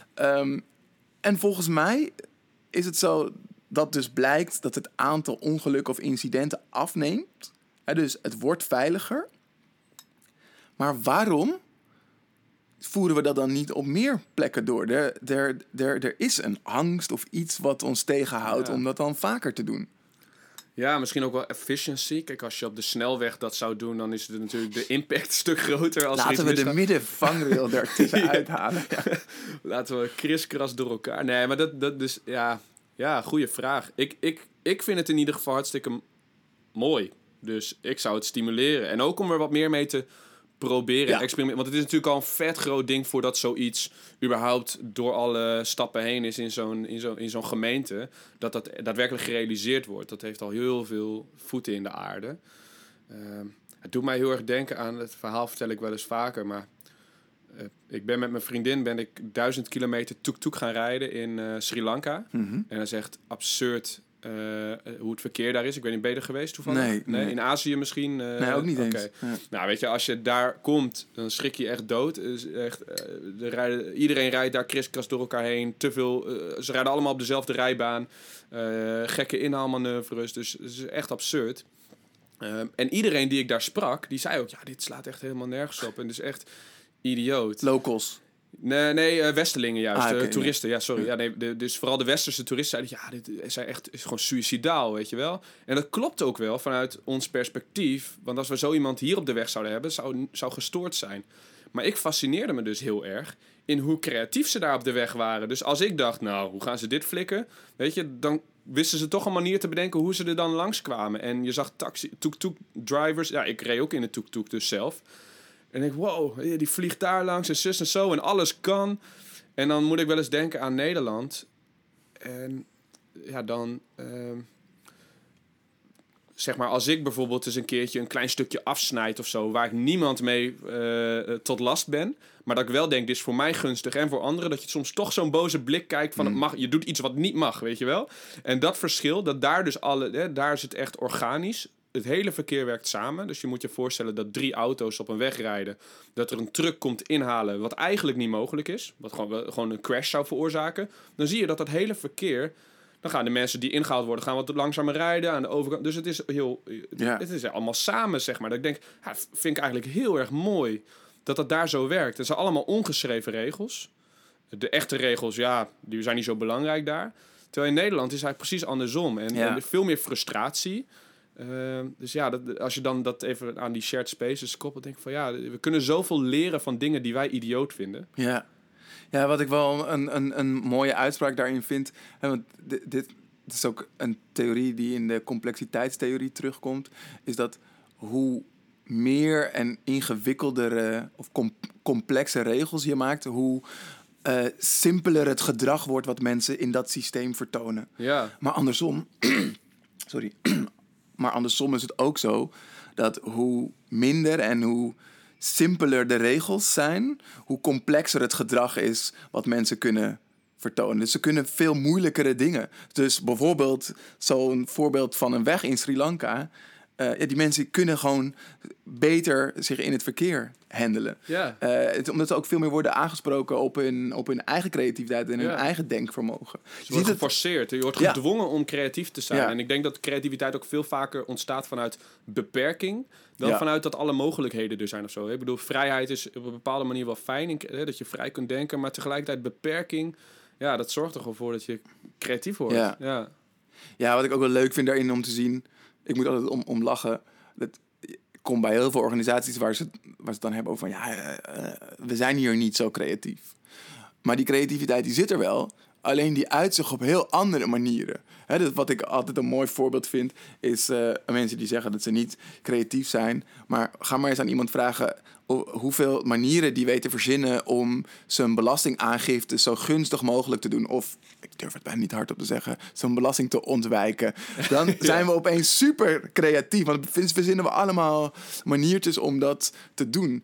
En volgens mij is het zo dat dus blijkt dat het aantal ongelukken of incidenten afneemt. Dus het wordt veiliger. Maar waarom voeren we dat dan niet op meer plekken door? Er is een angst of iets wat ons tegenhoudt om dat dan vaker te doen. Ja, misschien ook wel efficiency. Kijk, als je op de snelweg dat zou doen, dan is het natuurlijk de impact een stuk groter. Als Laten we de middenvangrail ertussen uithalen. Ja. Laten we kriskras door elkaar. Nee, maar dat dus, ja, goede vraag. Ik vind het in ieder geval hartstikke mooi. Dus ik zou het stimuleren. En ook om er wat meer mee te proberen en experimenteren. Want het is natuurlijk al een vet groot ding voordat zoiets überhaupt door alle stappen heen is in zo'n gemeente. Dat daadwerkelijk gerealiseerd wordt. Dat heeft al heel veel voeten in de aarde. Het doet mij heel erg denken aan, het verhaal vertel ik wel eens vaker, maar ik ben met mijn vriendin 1000 kilometer tuk-tuk gaan rijden in Sri Lanka. Mm-hmm. En dat is echt absurd hoe het verkeer daar is. Ik weet niet, ben je er geweest toevallig? Nee. In Azië misschien? Nee, ook niet eens. Ja. Nou, weet je, als je daar komt, dan schrik je echt dood. Is echt, iedereen rijdt daar kriskras door elkaar heen. Te veel, ze rijden allemaal op dezelfde rijbaan. Gekke inhaalmanoeuvres. Dus het is echt absurd. En iedereen die ik daar sprak, die zei ook, ja, dit slaat echt helemaal nergens op. En het is echt idioot. Locals. Nee, Westerlingen juist. Toeristen, ja, sorry. Ja, nee, dus vooral de westerse toeristen zeiden, dit is gewoon suïcidaal, weet je wel. En dat klopt ook wel vanuit ons perspectief. Want als we zo iemand hier op de weg zouden hebben, zou gestoord zijn. Maar ik fascineerde me dus heel erg in hoe creatief ze daar op de weg waren. Dus als ik dacht, nou, hoe gaan ze dit flikken? Weet je, dan wisten ze toch een manier te bedenken hoe ze er dan langskwamen. En je zag tuk-tuk-drivers. Ja, ik reed ook in de tuk-tuk dus zelf. En ik, wow, die vliegt daar langs en zus en zo en alles kan. En dan moet ik wel eens denken aan Nederland. En ja, dan zeg maar, als ik bijvoorbeeld eens een keertje een klein stukje afsnijd of zo, waar ik niemand mee tot last ben, maar dat ik wel denk, dit is voor mij gunstig en voor anderen, dat je soms toch zo'n boze blik kijkt van, het mag, je doet iets wat niet mag, weet je wel. En dat verschil, dat daar dus daar is het echt organisch. Het hele verkeer werkt samen. Dus je moet je voorstellen dat 3 auto's op een weg rijden. Dat er een truck komt inhalen wat eigenlijk niet mogelijk is. Wat gewoon een crash zou veroorzaken. Dan zie je dat hele verkeer, dan gaan de mensen die ingehaald worden, gaan wat langzamer rijden aan de overkant. Dus het is het is allemaal samen, zeg maar. Dat ik denk, vind ik eigenlijk heel erg mooi dat dat daar zo werkt. Het zijn allemaal ongeschreven regels. De echte regels, die zijn niet zo belangrijk daar. Terwijl in Nederland is het eigenlijk precies andersom. En veel meer frustratie. Dus als je dan dat even aan die shared spaces koppelt, denk ik van we kunnen zoveel leren van dingen die wij idioot vinden. Ja, wat ik wel een mooie uitspraak daarin vind, want dit is ook een theorie die in de complexiteitstheorie terugkomt, is dat hoe meer en ingewikkeldere of complexe regels je maakt, hoe simpeler het gedrag wordt wat mensen in dat systeem vertonen. Ja. Maar andersom, sorry. Maar andersom is het ook zo dat hoe minder en hoe simpeler de regels zijn, hoe complexer het gedrag is wat mensen kunnen vertonen. Dus ze kunnen veel moeilijkere dingen. Dus bijvoorbeeld zo'n voorbeeld van een weg in Sri Lanka. Die mensen kunnen gewoon beter zich in het verkeer handelen. Ja. Omdat ze ook veel meer worden aangesproken op hun eigen creativiteit en hun eigen denkvermogen. Je wordt geforceerd. Je wordt gedwongen om creatief te zijn. Ja. En ik denk dat creativiteit ook veel vaker ontstaat vanuit beperking dan vanuit dat alle mogelijkheden er zijn of zo. Ik bedoel, vrijheid is op een bepaalde manier wel fijn, dat je vrij kunt denken, maar tegelijkertijd beperking, dat zorgt er gewoon voor dat je creatief wordt. Ja, wat ik ook wel leuk vind daarin om te zien, ik moet altijd om lachen. Dat komt bij heel veel organisaties waar ze het dan hebben over van we zijn hier niet zo creatief. Maar die creativiteit die zit er wel, alleen die uit zich op heel andere manieren. Dus wat ik altijd een mooi voorbeeld vind, is mensen die zeggen dat ze niet creatief zijn. Maar ga maar eens aan iemand vragen hoeveel manieren die weten verzinnen om zijn belastingaangifte zo gunstig mogelijk te doen. Of, ik durf het bijna niet hardop te zeggen, zo'n belasting te ontwijken. Dan zijn we opeens super creatief. Want verzinnen we allemaal maniertjes om dat te doen.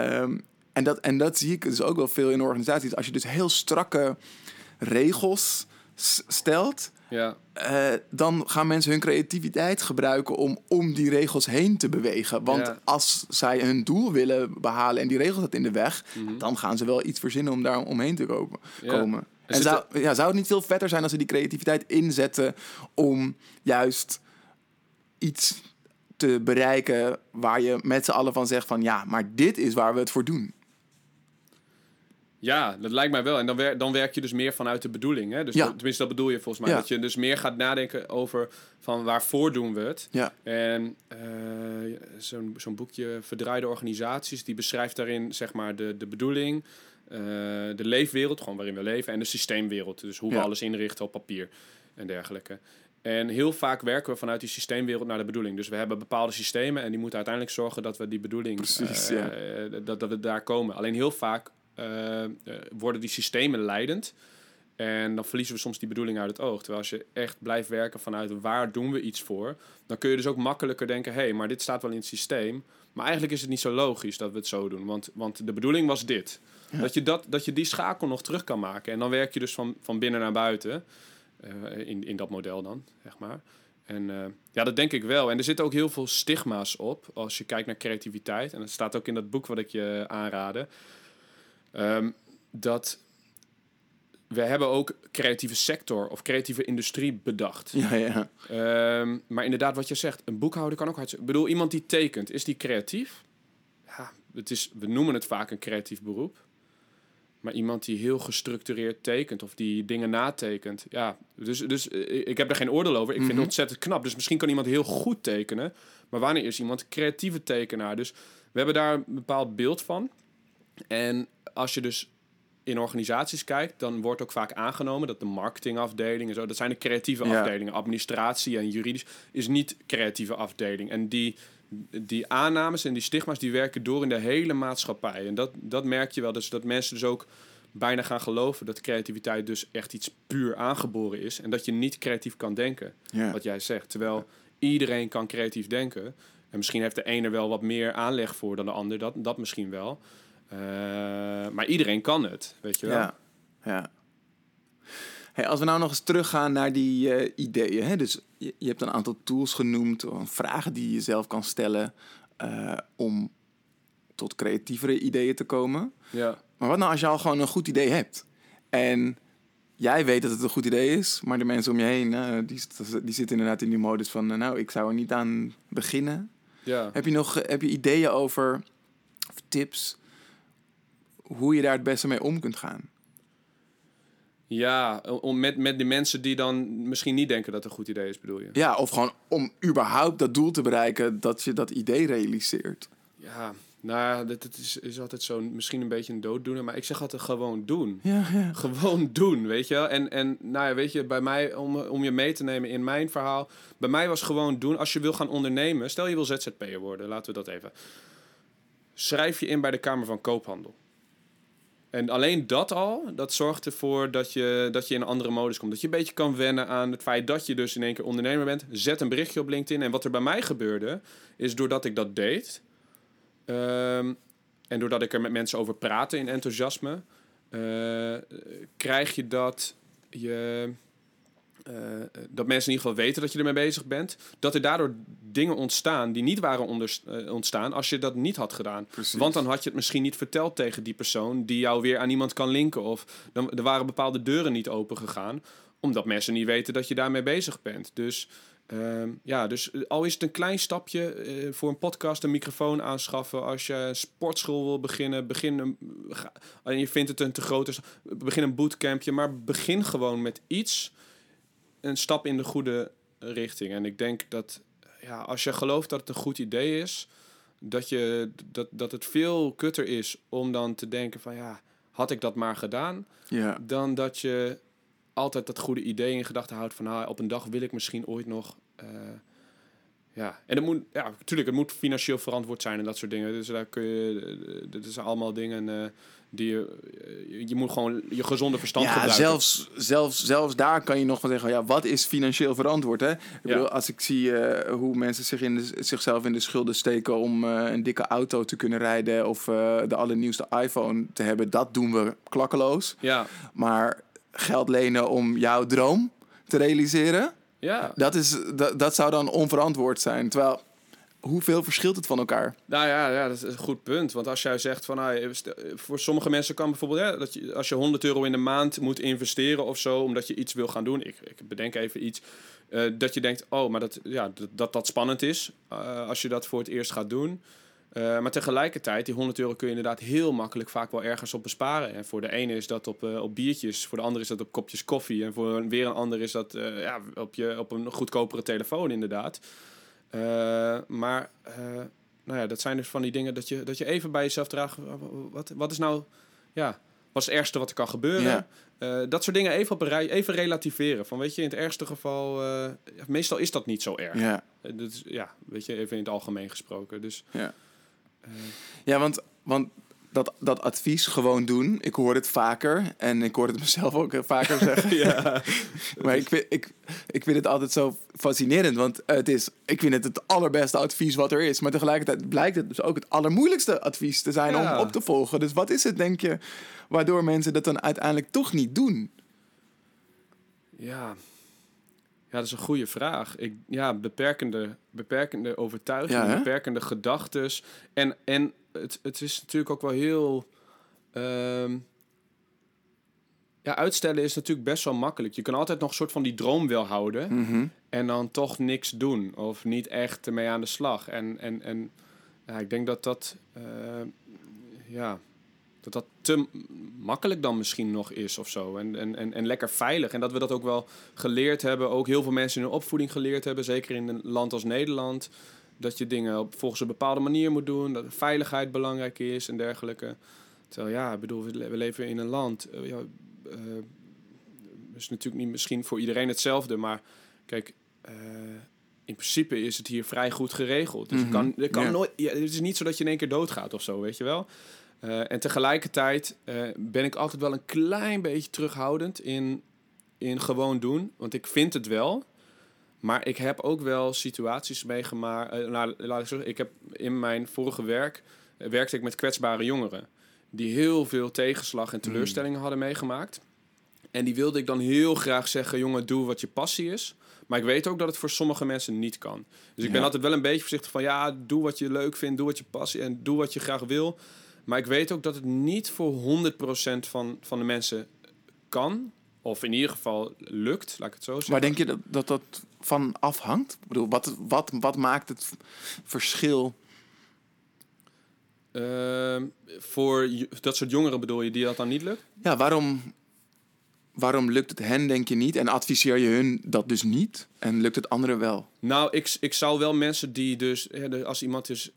En dat zie ik dus ook wel veel in organisaties. Als je dus heel strakke regels stelt, dan gaan mensen hun creativiteit gebruiken om die regels heen te bewegen. Want als zij hun doel willen behalen en die regels staat in de weg, dan gaan ze wel iets verzinnen om daar omheen te komen. En zou het niet veel vetter zijn als ze die creativiteit inzetten om juist iets te bereiken waar je met z'n allen van zegt van ja, maar dit is waar we het voor doen. Ja, dat lijkt mij wel. En dan werk je dus meer vanuit de bedoeling. Hè? Dus tenminste, dat bedoel je volgens mij. Ja. Dat je dus meer gaat nadenken over van waarvoor doen we het. Ja. En zo'n boekje Verdraaide Organisaties, die beschrijft daarin zeg maar de bedoeling, de leefwereld, gewoon waarin we leven, en de systeemwereld. Dus hoe we alles inrichten op papier en dergelijke. En heel vaak werken we vanuit die systeemwereld naar de bedoeling. Dus we hebben bepaalde systemen en die moeten uiteindelijk zorgen dat we die bedoeling, dat we daar komen. Alleen heel vaak worden die systemen leidend. En dan verliezen we soms die bedoeling uit het oog. Terwijl als je echt blijft werken vanuit waar doen we iets voor, dan kun je dus ook makkelijker denken, hé, maar dit staat wel in het systeem. Maar eigenlijk is het niet zo logisch dat we het zo doen. Want de bedoeling was dit. Ja. Dat je die schakel nog terug kan maken. En dan werk je dus van binnen naar buiten. In dat model dan, zeg maar. En dat denk ik wel. En er zitten ook heel veel stigma's op als je kijkt naar creativiteit. En dat staat ook in dat boek wat ik je aanraadde. Dat we hebben ook creatieve sector of creatieve industrie bedacht. Ja. Maar inderdaad, wat je zegt, een boekhouder kan ook hartstikke... Ik bedoel, iemand die tekent, is die creatief? Ja, we noemen het vaak een creatief beroep. Maar iemand die heel gestructureerd tekent of die dingen natekent. Ja, dus ik heb er geen oordeel over. Ik vind het ontzettend knap. Dus misschien kan iemand heel goed tekenen. Maar wanneer is iemand een creatieve tekenaar? Dus we hebben daar een bepaald beeld van. En als je dus in organisaties kijkt, dan wordt ook vaak aangenomen dat de marketingafdeling en zo, dat zijn de creatieve afdelingen. Administratie en juridisch is niet creatieve afdeling. En die aannames en die stigma's, die werken door in de hele maatschappij. En dat merk je wel. Dus dat mensen dus ook bijna gaan geloven dat creativiteit dus echt iets puur aangeboren is. En dat je niet creatief kan denken, wat jij zegt. Terwijl iedereen kan creatief denken. En misschien heeft de ene wel wat meer aanleg voor dan de ander. Dat misschien wel. Maar iedereen kan het, weet je wel. Ja. Hey, als we nou nog eens teruggaan naar die ideeën. Hè? Dus je hebt een aantal tools genoemd, vragen die je zelf kan stellen om tot creatievere ideeën te komen. Ja. Maar wat nou als je al gewoon een goed idee hebt? En jij weet dat het een goed idee is, maar de mensen om je heen, die zitten inderdaad in die modus van, ik zou er niet aan beginnen. Ja. Heb je ideeën over, of tips, hoe je daar het beste mee om kunt gaan? Ja, met de mensen die dan misschien niet denken dat het een goed idee is, bedoel je? Ja, of gewoon om überhaupt dat doel te bereiken, dat je dat idee realiseert. Ja, nou, het is altijd misschien een beetje een dooddoener, maar ik zeg altijd gewoon doen. Ja. Gewoon doen, weet je wel. En nou ja, weet je, bij mij, om je mee te nemen in mijn verhaal, bij mij was gewoon doen, als je wil gaan ondernemen, stel je wil ZZP'er worden, laten we dat even. Schrijf je in bij de Kamer van Koophandel. En alleen dat zorgt ervoor dat je in een andere modus komt. Dat je een beetje kan wennen aan het feit dat je dus in één keer ondernemer bent. Zet een berichtje op LinkedIn. En wat er bij mij gebeurde, is doordat ik dat deed, en doordat ik er met mensen over praatte in enthousiasme, krijg je dat dat mensen in ieder geval weten dat je ermee bezig bent. Dat er daardoor dingen ontstaan die niet waren ontstaan als je dat niet had gedaan. Precies. Want dan had je het misschien niet verteld tegen die persoon die jou weer aan iemand kan linken. Of er waren bepaalde deuren niet open gegaan, omdat mensen niet weten dat je daarmee bezig bent. Dus dus al is het een klein stapje voor een podcast, een microfoon aanschaffen. Als je een sportschool wil beginnen, en je vindt het een te grote, begin een bootcampje. Maar begin gewoon met iets, een stap in de goede richting. En ik denk dat als je gelooft dat het een goed idee is, dat het veel kutter is om dan te denken van had ik dat maar gedaan, dan dat je altijd dat goede idee in gedachten houdt van op een dag wil ik misschien ooit nog. En het moet, natuurlijk, het moet financieel verantwoord zijn en dat soort dingen. Dus daar kun je, dit zijn allemaal dingen die je moet gewoon je gezonde verstand gebruiken. Zelfs daar kan je nog van zeggen, wat is financieel verantwoord? Hè? Ik bedoel, als ik zie hoe mensen zichzelf in de schulden steken om een dikke auto te kunnen rijden of de allernieuwste iPhone te hebben, dat doen we klakkeloos. Ja. Maar geld lenen om jouw droom te realiseren, dat zou dan onverantwoord zijn. Terwijl hoeveel verschilt het van elkaar? Nou ja, dat is een goed punt. Want als jij zegt van... voor sommige mensen kan bijvoorbeeld... dat je, als je €100 in de maand moet investeren of zo... omdat je iets wil gaan doen. Ik bedenk even iets. Dat je denkt, maar dat spannend is. Als je dat voor het eerst gaat doen. Maar tegelijkertijd, die €100 kun je inderdaad heel makkelijk vaak wel ergens op besparen. En voor de ene is dat op biertjes. Voor de andere is dat op kopjes koffie. En voor weer een ander is dat op een goedkopere telefoon inderdaad. Maar dat zijn dus van die dingen dat je even bij jezelf draagt. Wat is nou... Ja, wat is het ergste wat er kan gebeuren? Ja. Dat soort dingen even op een rij, even relativeren. Van weet je, in het ergste geval... meestal is dat niet zo erg. Ja. Dat is, weet je, even in het algemeen gesproken. Dus... Ja, want dat advies gewoon doen, ik hoor het vaker. En ik hoor het mezelf ook vaker zeggen. Ja. Maar ik vind het altijd zo fascinerend. Want ik vind het allerbeste advies wat er is. Maar tegelijkertijd blijkt het dus ook het allermoeilijkste advies te zijn om op te volgen. Dus wat is het, denk je, waardoor mensen dat dan uiteindelijk toch niet doen? Ja, dat is een goede vraag. Beperkende overtuigingen, beperkende gedachtes. En het is natuurlijk ook wel heel... uitstellen is natuurlijk best wel makkelijk. Je kan altijd nog een soort van die droom wel houden... Mm-hmm. en dan toch niks doen. Of niet echt ermee aan de slag. En ik denk dat te makkelijk dan misschien nog is of zo. En lekker veilig. En dat we dat ook wel geleerd hebben. Ook heel veel mensen in hun opvoeding geleerd hebben. Zeker in een land als Nederland. Dat je dingen volgens een bepaalde manier moet doen. Dat veiligheid belangrijk is en dergelijke. Terwijl we leven in een land... is natuurlijk niet misschien voor iedereen hetzelfde. Maar kijk... in principe is het hier vrij goed geregeld. Dus je kan nooit... het is niet zo dat je in één keer doodgaat of zo, weet je wel. En tegelijkertijd ben ik altijd wel een klein beetje terughoudend in gewoon doen. Want ik vind het wel. Maar ik heb ook wel situaties meegemaakt... laat ik zeggen, ik heb in mijn vorige werk... werkte ik met kwetsbare jongeren. Die heel veel tegenslag en teleurstellingen hadden meegemaakt. En die wilde ik dan heel graag zeggen... jongen, doe wat je passie is... Maar ik weet ook dat het voor sommige mensen niet kan. Dus ik ben altijd wel een beetje voorzichtig van... doe wat je leuk vindt, doe wat je passie... en doe wat je graag wil. Maar ik weet ook dat het niet voor 100% van de mensen kan. Of in ieder geval lukt, laat ik het zo zeggen. Waar denk je dat van afhangt? Ik bedoel, wat maakt het verschil? Voor dat soort jongeren bedoel je, die dat dan niet lukt? Ja, waarom lukt het hen, denk je, niet? En adviseer je hun dat dus niet? En lukt het anderen wel? Nou, ik zou wel mensen die dus... als iemand is...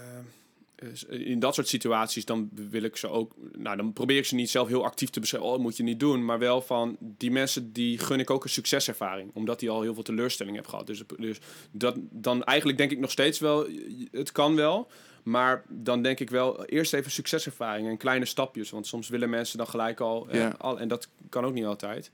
in dat soort situaties, dan wil ik ze ook... dan probeer ik ze niet zelf heel actief te beschrijven. Dat moet je niet doen. Maar wel van die mensen, die gun ik ook een succeservaring. Omdat die al heel veel teleurstelling hebben gehad. Dus dat, dan eigenlijk denk ik nog steeds wel... Het kan wel. Maar dan denk ik wel eerst even succeservaring en kleine stapjes. Want soms willen mensen dan gelijk al... en dat kan ook niet altijd.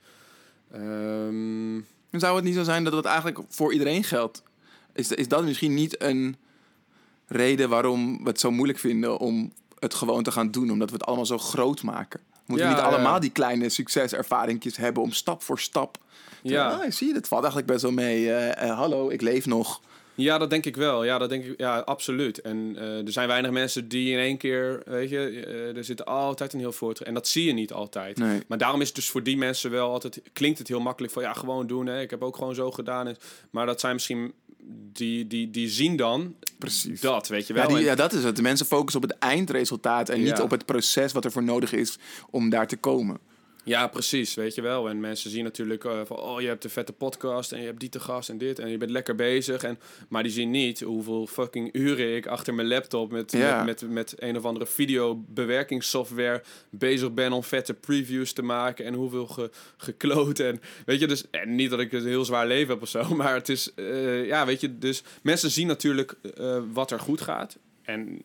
Zou het niet zo zijn dat het eigenlijk voor iedereen geldt? Is dat misschien niet een reden waarom we het zo moeilijk vinden om het gewoon te gaan doen? Omdat we het allemaal zo groot maken. Moeten we niet allemaal die kleine succeservaringjes hebben om stap voor stap... zie je, dat valt eigenlijk best wel mee. Hallo, ik leef nog. Ja, dat denk ik wel. Ja, absoluut. En er zijn weinig mensen die in één keer, weet je, er zit altijd een heel voortgang. En dat zie je niet altijd. Nee. Maar daarom is het dus voor die mensen wel altijd, klinkt het heel makkelijk van gewoon doen. Hè. Ik heb ook gewoon zo gedaan. Maar dat zijn misschien, die zien dan precies dat, weet je wel. Ja, dat is het. De mensen focussen op het eindresultaat en niet op het proces wat er voor nodig is om daar te komen. Ja, precies, weet je wel. En mensen zien natuurlijk van... je hebt een vette podcast en je hebt die te gast en dit... en je bent lekker bezig. Maar die zien niet hoeveel fucking uren ik achter mijn laptop... met een of andere videobewerkingssoftware bezig ben... om vette previews te maken en hoeveel gekloot. En weet je, dus... En niet dat ik een heel zwaar leven heb of zo... maar het is... weet je, dus mensen zien natuurlijk wat er goed gaat. En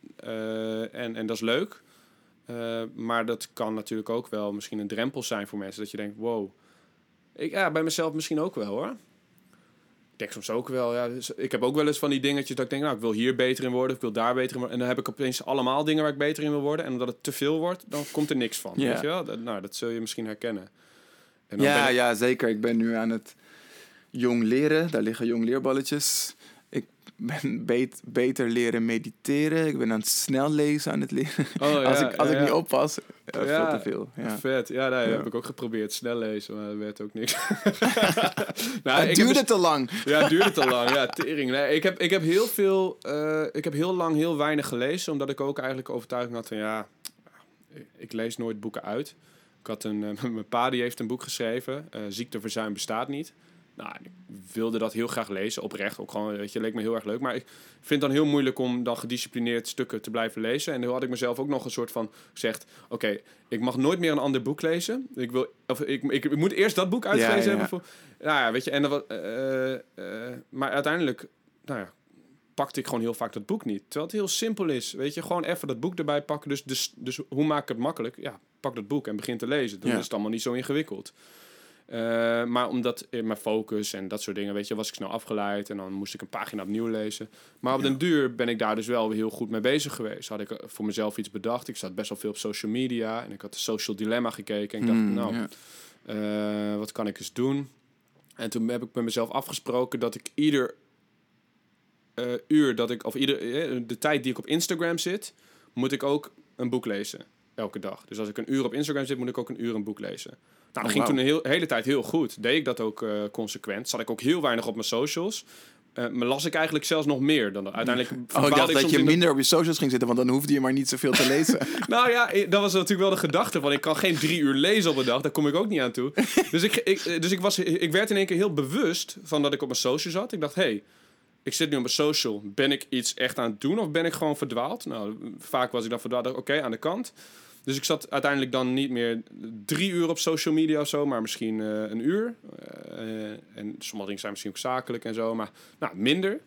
dat is leuk... maar dat kan natuurlijk ook wel misschien een drempel zijn voor mensen. Dat je denkt, wow. Bij mezelf misschien ook wel, hoor. Ik denk soms ook wel, ja. Dus ik heb ook wel eens van die dingetjes dat ik denk, ik wil hier beter in worden. Ik wil daar beter in worden. En dan heb ik opeens allemaal dingen waar ik beter in wil worden. En omdat het te veel wordt, dan komt er niks van. Yeah. Weet je wel? Dat zul je misschien herkennen. En ja, zeker. Ik ben nu aan het jong leren. Daar liggen jong leerballetjes. Ik ben beter leren mediteren. Ik ben aan het snel lezen aan het leren. Als ik niet oppas, veel te veel. Ja. Vet. Ja, nee, heb ik ook geprobeerd. Snel lezen, maar dat werd ook niks. Het duurde te lang. Ja, het duurde te lang. Ja, tering. Nee, ik heb heel veel... ik heb heel lang heel weinig gelezen, omdat ik ook eigenlijk overtuiging had van ik lees nooit boeken uit. Ik had mijn pa die heeft een boek geschreven. Ziekteverzuim bestaat niet. Nou, ik wilde dat heel graag lezen, oprecht. Ook gewoon, weet je, leek me heel erg leuk. Maar ik vind het dan heel moeilijk om dan gedisciplineerd stukken te blijven lezen. En toen had ik mezelf ook nog een soort van gezegd... Oké, ik mag nooit meer een ander boek lezen. Ik moet eerst dat boek uitgelezen hebben. Nou ja, weet je. Maar uiteindelijk pakte ik gewoon heel vaak dat boek niet. Terwijl het heel simpel is. Weet je, gewoon even dat boek erbij pakken. Dus hoe maak ik het makkelijk? Ja, pak dat boek en begin te lezen. Dan is het allemaal niet zo ingewikkeld. Maar omdat in mijn focus en dat soort dingen, weet je, was ik snel afgeleid en dan moest ik een pagina opnieuw lezen. Maar op den duur ben ik daar dus wel heel goed mee bezig geweest. Had ik voor mezelf iets bedacht. Ik zat best wel veel op social media en ik had de Social Dilemma gekeken. En ik dacht, wat kan ik eens doen? En toen heb ik met mezelf afgesproken dat ik ieder uur de tijd die ik op Instagram zit, moet ik ook een boek lezen. Elke dag. Dus als ik een uur op Instagram zit, moet ik ook een uur een boek lezen. Nou, dat ging toen een hele tijd heel goed. Deed ik dat ook consequent. Zat ik ook heel weinig op mijn socials. Maar las ik eigenlijk zelfs nog meer dan uiteindelijk. Ik dacht dat je minder op je socials ging zitten, want dan hoefde je maar niet zoveel te lezen. Nou ja, dat was natuurlijk wel de gedachte van ik kan geen 3 uur lezen op een dag. Daar kom ik ook niet aan toe. Dus ik werd in één keer heel bewust van dat ik op mijn social zat. Ik dacht, ik zit nu op mijn social. Ben ik iets echt aan het doen of ben ik gewoon verdwaald? Nou, vaak was ik dan verdwaald. Oké, aan de kant. Dus ik zat uiteindelijk dan niet meer 3 uur op social media of zo, maar misschien een uur. En sommige dingen zijn misschien ook zakelijk en zo, maar minder.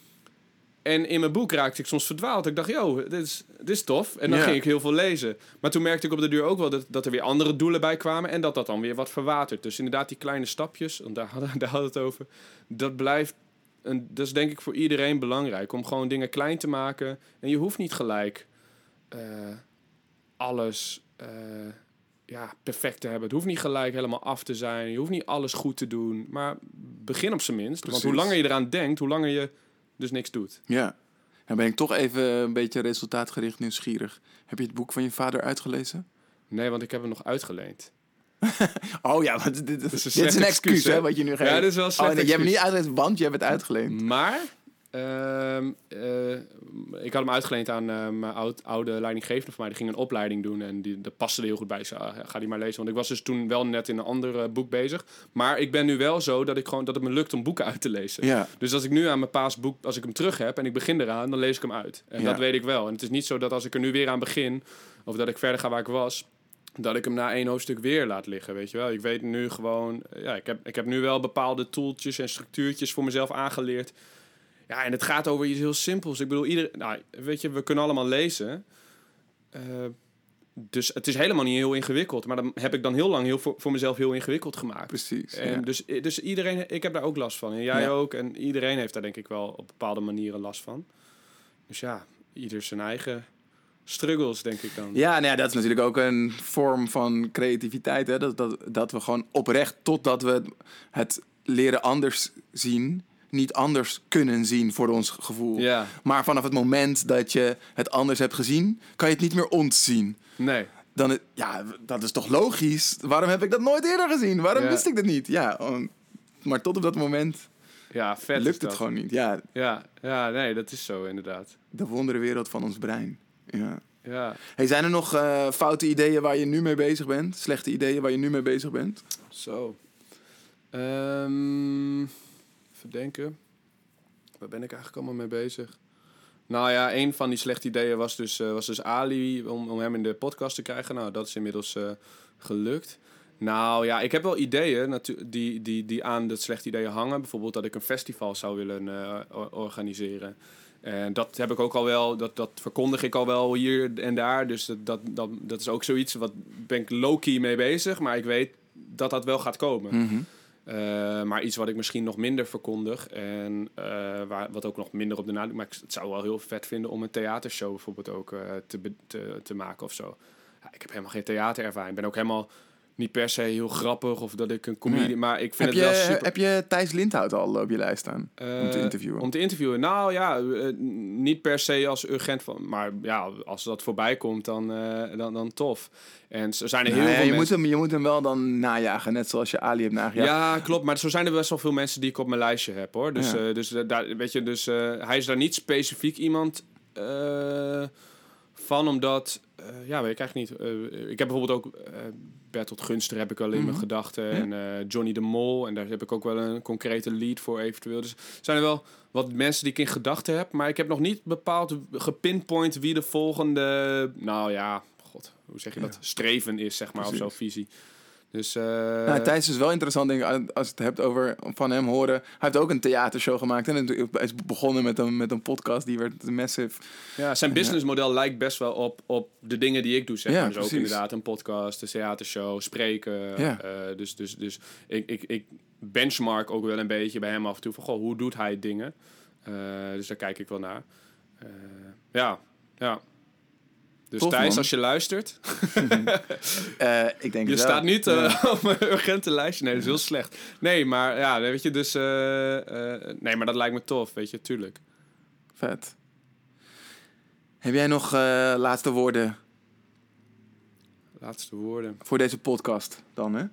En in mijn boek raakte ik soms verdwaald. Ik dacht, dit is tof. En dan ging ik heel veel lezen. Maar toen merkte ik op de duur ook wel dat er weer andere doelen bij kwamen en dat dan weer wat verwatert. Dus inderdaad die kleine stapjes, en daar hadden we het over, dat blijft... En dat is denk ik voor iedereen belangrijk, om gewoon dingen klein te maken. En je hoeft niet gelijk... alles perfect te hebben. Het hoeft niet gelijk helemaal af te zijn. Je hoeft niet alles goed te doen. Maar begin op zijn minst. Precies. Want hoe langer je eraan denkt, hoe langer je dus niks doet. Ja. Dan ben ik toch even een beetje resultaatgericht nieuwsgierig. Heb je het boek van je vader uitgelezen? Nee, want ik heb hem nog uitgeleend. Want dit is een excuus, hè, wat je nu geeft. Ja, dit is wel een slecht excuus. Je hebt hem niet uitgeleend, want je hebt het uitgeleend. Maar... ik had hem uitgeleend aan mijn oude leidinggevende van mij. Die ging een opleiding doen en dat paste er heel goed bij. Ik zei, ga die maar lezen. Want ik was dus toen wel net in een ander boek bezig. Maar ik ben nu wel zo dat het me lukt om boeken uit te lezen. Ja. Dus als ik nu aan mijn pa's boek, als ik hem terug heb en ik begin eraan, dan lees ik hem uit. En dat weet ik wel. En het is niet zo dat als ik er nu weer aan begin, of dat ik verder ga waar ik was, dat ik hem na 1 hoofdstuk weer laat liggen, weet je wel. Ik weet nu gewoon... ik heb nu wel bepaalde toeltjes en structuurtjes voor mezelf aangeleerd. Ja, en het gaat over iets heel simpels. Ik bedoel, weet je, we kunnen allemaal lezen. Dus het is helemaal niet heel ingewikkeld. Maar dan heb ik dan heel lang voor mezelf heel ingewikkeld gemaakt. Precies. En dus iedereen, ik heb daar ook last van. En jij ook. En iedereen heeft daar denk ik wel op bepaalde manieren last van. Dus ieder zijn eigen struggles, denk ik dan. Ja, dat is natuurlijk ook een vorm van creativiteit. Hè? Dat we gewoon oprecht, totdat we het leren anders zien, niet anders kunnen zien voor ons gevoel. Ja. Maar vanaf het moment dat je het anders hebt gezien, kan je het niet meer ontzien. Nee. Dan, dat is toch logisch? Waarom heb ik dat nooit eerder gezien? Waarom wist ik dat niet? Ja, maar tot op dat moment vet lukt het gewoon niet. Ja, nee, dat is zo inderdaad. De wonderenwereld van ons brein. Ja. Hey, zijn er nog foute ideeën waar je nu mee bezig bent? Slechte ideeën waar je nu mee bezig bent? Zo. Verdenken. Waar ben ik eigenlijk allemaal mee bezig? Nou ja, een van die slechte ideeën was dus Ali, om hem in de podcast te krijgen. Nou, dat is inmiddels gelukt. Nou ja, ik heb wel ideeën die aan dat slechte ideeën hangen. Bijvoorbeeld dat ik een festival zou willen organiseren. En dat heb ik ook al wel, dat verkondig ik al wel hier en daar. Dus dat is ook zoiets, wat ben ik low-key mee bezig. Maar ik weet dat dat wel gaat komen. Mm-hmm. Maar iets wat ik misschien nog minder verkondig en wat ook nog minder op de nadruk. Maar ik zou wel heel vet vinden om een theatershow bijvoorbeeld ook te maken of zo. Ja, ik heb helemaal geen theaterervaring. Ik ben ook helemaal niet per se heel grappig of dat ik een comedie... Maar ik vind het wel super... Heb je Thijs Lindhout al op je lijst staan? Om te interviewen? Om te interviewen? Nou ja, niet per se als urgent van... Maar ja, als dat voorbij komt, dan tof. En zo zijn er heel veel mensen... Je moet hem wel dan najagen, net zoals je Ali hebt nagejaagd. Ja, klopt. Maar zo zijn er best wel veel mensen die ik op mijn lijstje heb, hoor. Dus, hij is daar niet specifiek iemand van, omdat... weet ik eigenlijk niet. Ik heb bijvoorbeeld ook... Bertolt Gunster heb ik wel in mijn gedachten. En Johnny de Mol. En daar heb ik ook wel een concrete lead voor eventueel. Dus zijn er wel wat mensen die ik in gedachten heb. Maar ik heb nog niet bepaald gepinpoint wie de volgende... Nou ja, god, hoe zeg je dat? Streven is, zeg maar. Precies. Of zo, visie. Dus, Thijs is wel interessant, denk ik, als je het hebt over van hem horen. Hij heeft ook een theatershow gemaakt. En hij is begonnen met een podcast, die werd massive. Ja, zijn businessmodel lijkt best wel op de dingen die ik doe, zeg maar. Dus precies. ook inderdaad een podcast, een theatershow, spreken. Ja. Dus ik benchmark ook wel een beetje bij hem af en toe van, goh, hoe doet hij dingen? Dus daar kijk ik wel naar. Ja. Dus tof, Thijs, man. Als je luistert... ik denk je staat niet op mijn urgente lijstje. Nee, dat is heel slecht. Nee, maar ja, weet je, dus... nee, maar dat lijkt me tof, weet je, tuurlijk. Vet. Heb jij nog laatste woorden? Laatste woorden? Voor deze podcast dan, hè?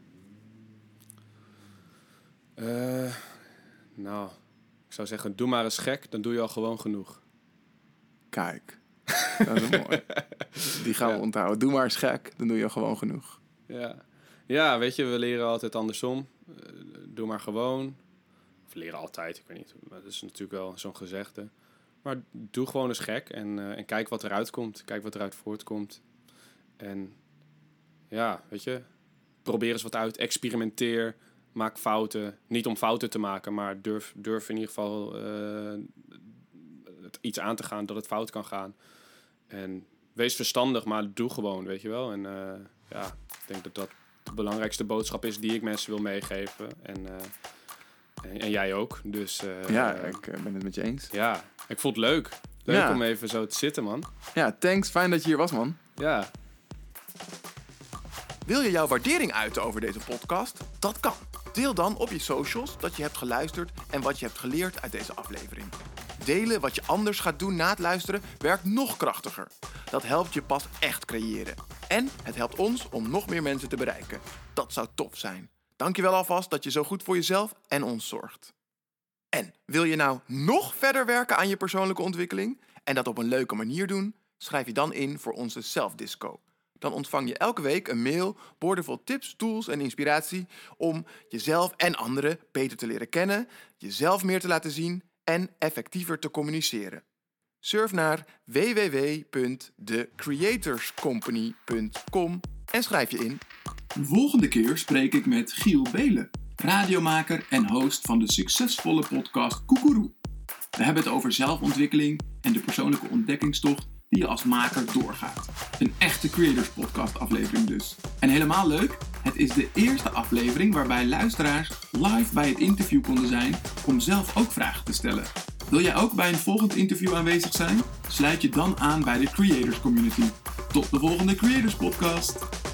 Nou, ik zou zeggen, doe maar eens gek, dan doe je al gewoon genoeg. Kijk. Dat is mooi. Die gaan we onthouden. Doe maar eens gek, dan doe je gewoon genoeg. Ja, weet je, we leren altijd andersom. Doe maar gewoon. Of leren altijd, ik weet niet. Maar dat is natuurlijk wel zo'n gezegde. Maar doe gewoon eens gek en kijk wat eruit komt. Kijk wat eruit voortkomt. En ja, weet je, probeer eens wat uit. Experimenteer. Maak fouten. Niet om fouten te maken, maar durf in ieder geval... iets aan te gaan dat het fout kan gaan. En wees verstandig, maar doe gewoon, weet je wel. En ik denk dat dat de belangrijkste boodschap is die ik mensen wil meegeven. En jij ook. Dus, ik ben het met je eens. Ja, ik vond het leuk. Leuk om even zo te zitten, man. Ja, thanks. Fijn dat je hier was, man. Ja. Wil je jouw waardering uiten over deze podcast? Dat kan. Deel dan op je socials dat je hebt geluisterd en wat je hebt geleerd uit deze aflevering. Delen wat je anders gaat doen na het luisteren werkt nog krachtiger. Dat helpt je pas echt creëren. En het helpt ons om nog meer mensen te bereiken. Dat zou tof zijn. Dankjewel alvast dat je zo goed voor jezelf en ons zorgt. En wil je nou nog verder werken aan je persoonlijke ontwikkeling en dat op een leuke manier doen? Schrijf je dan in voor onze Self-Disco. Dan ontvang je elke week een mail boordevol tips, tools en inspiratie om jezelf en anderen beter te leren kennen, jezelf meer te laten zien en effectiever te communiceren. Surf naar www.thecreatorscompany.com en schrijf je in. De volgende keer spreek ik met Giel Belen, radiomaker en host van de succesvolle podcast Koekeroe. We hebben het over zelfontwikkeling en de persoonlijke ontdekkingstocht die je als maker doorgaat. Een echte Creators Podcast aflevering dus. En helemaal leuk, het is de eerste aflevering waarbij luisteraars live bij het interview konden zijn om zelf ook vragen te stellen. Wil jij ook bij een volgend interview aanwezig zijn? Sluit je dan aan bij de Creators Community. Tot de volgende Creators Podcast!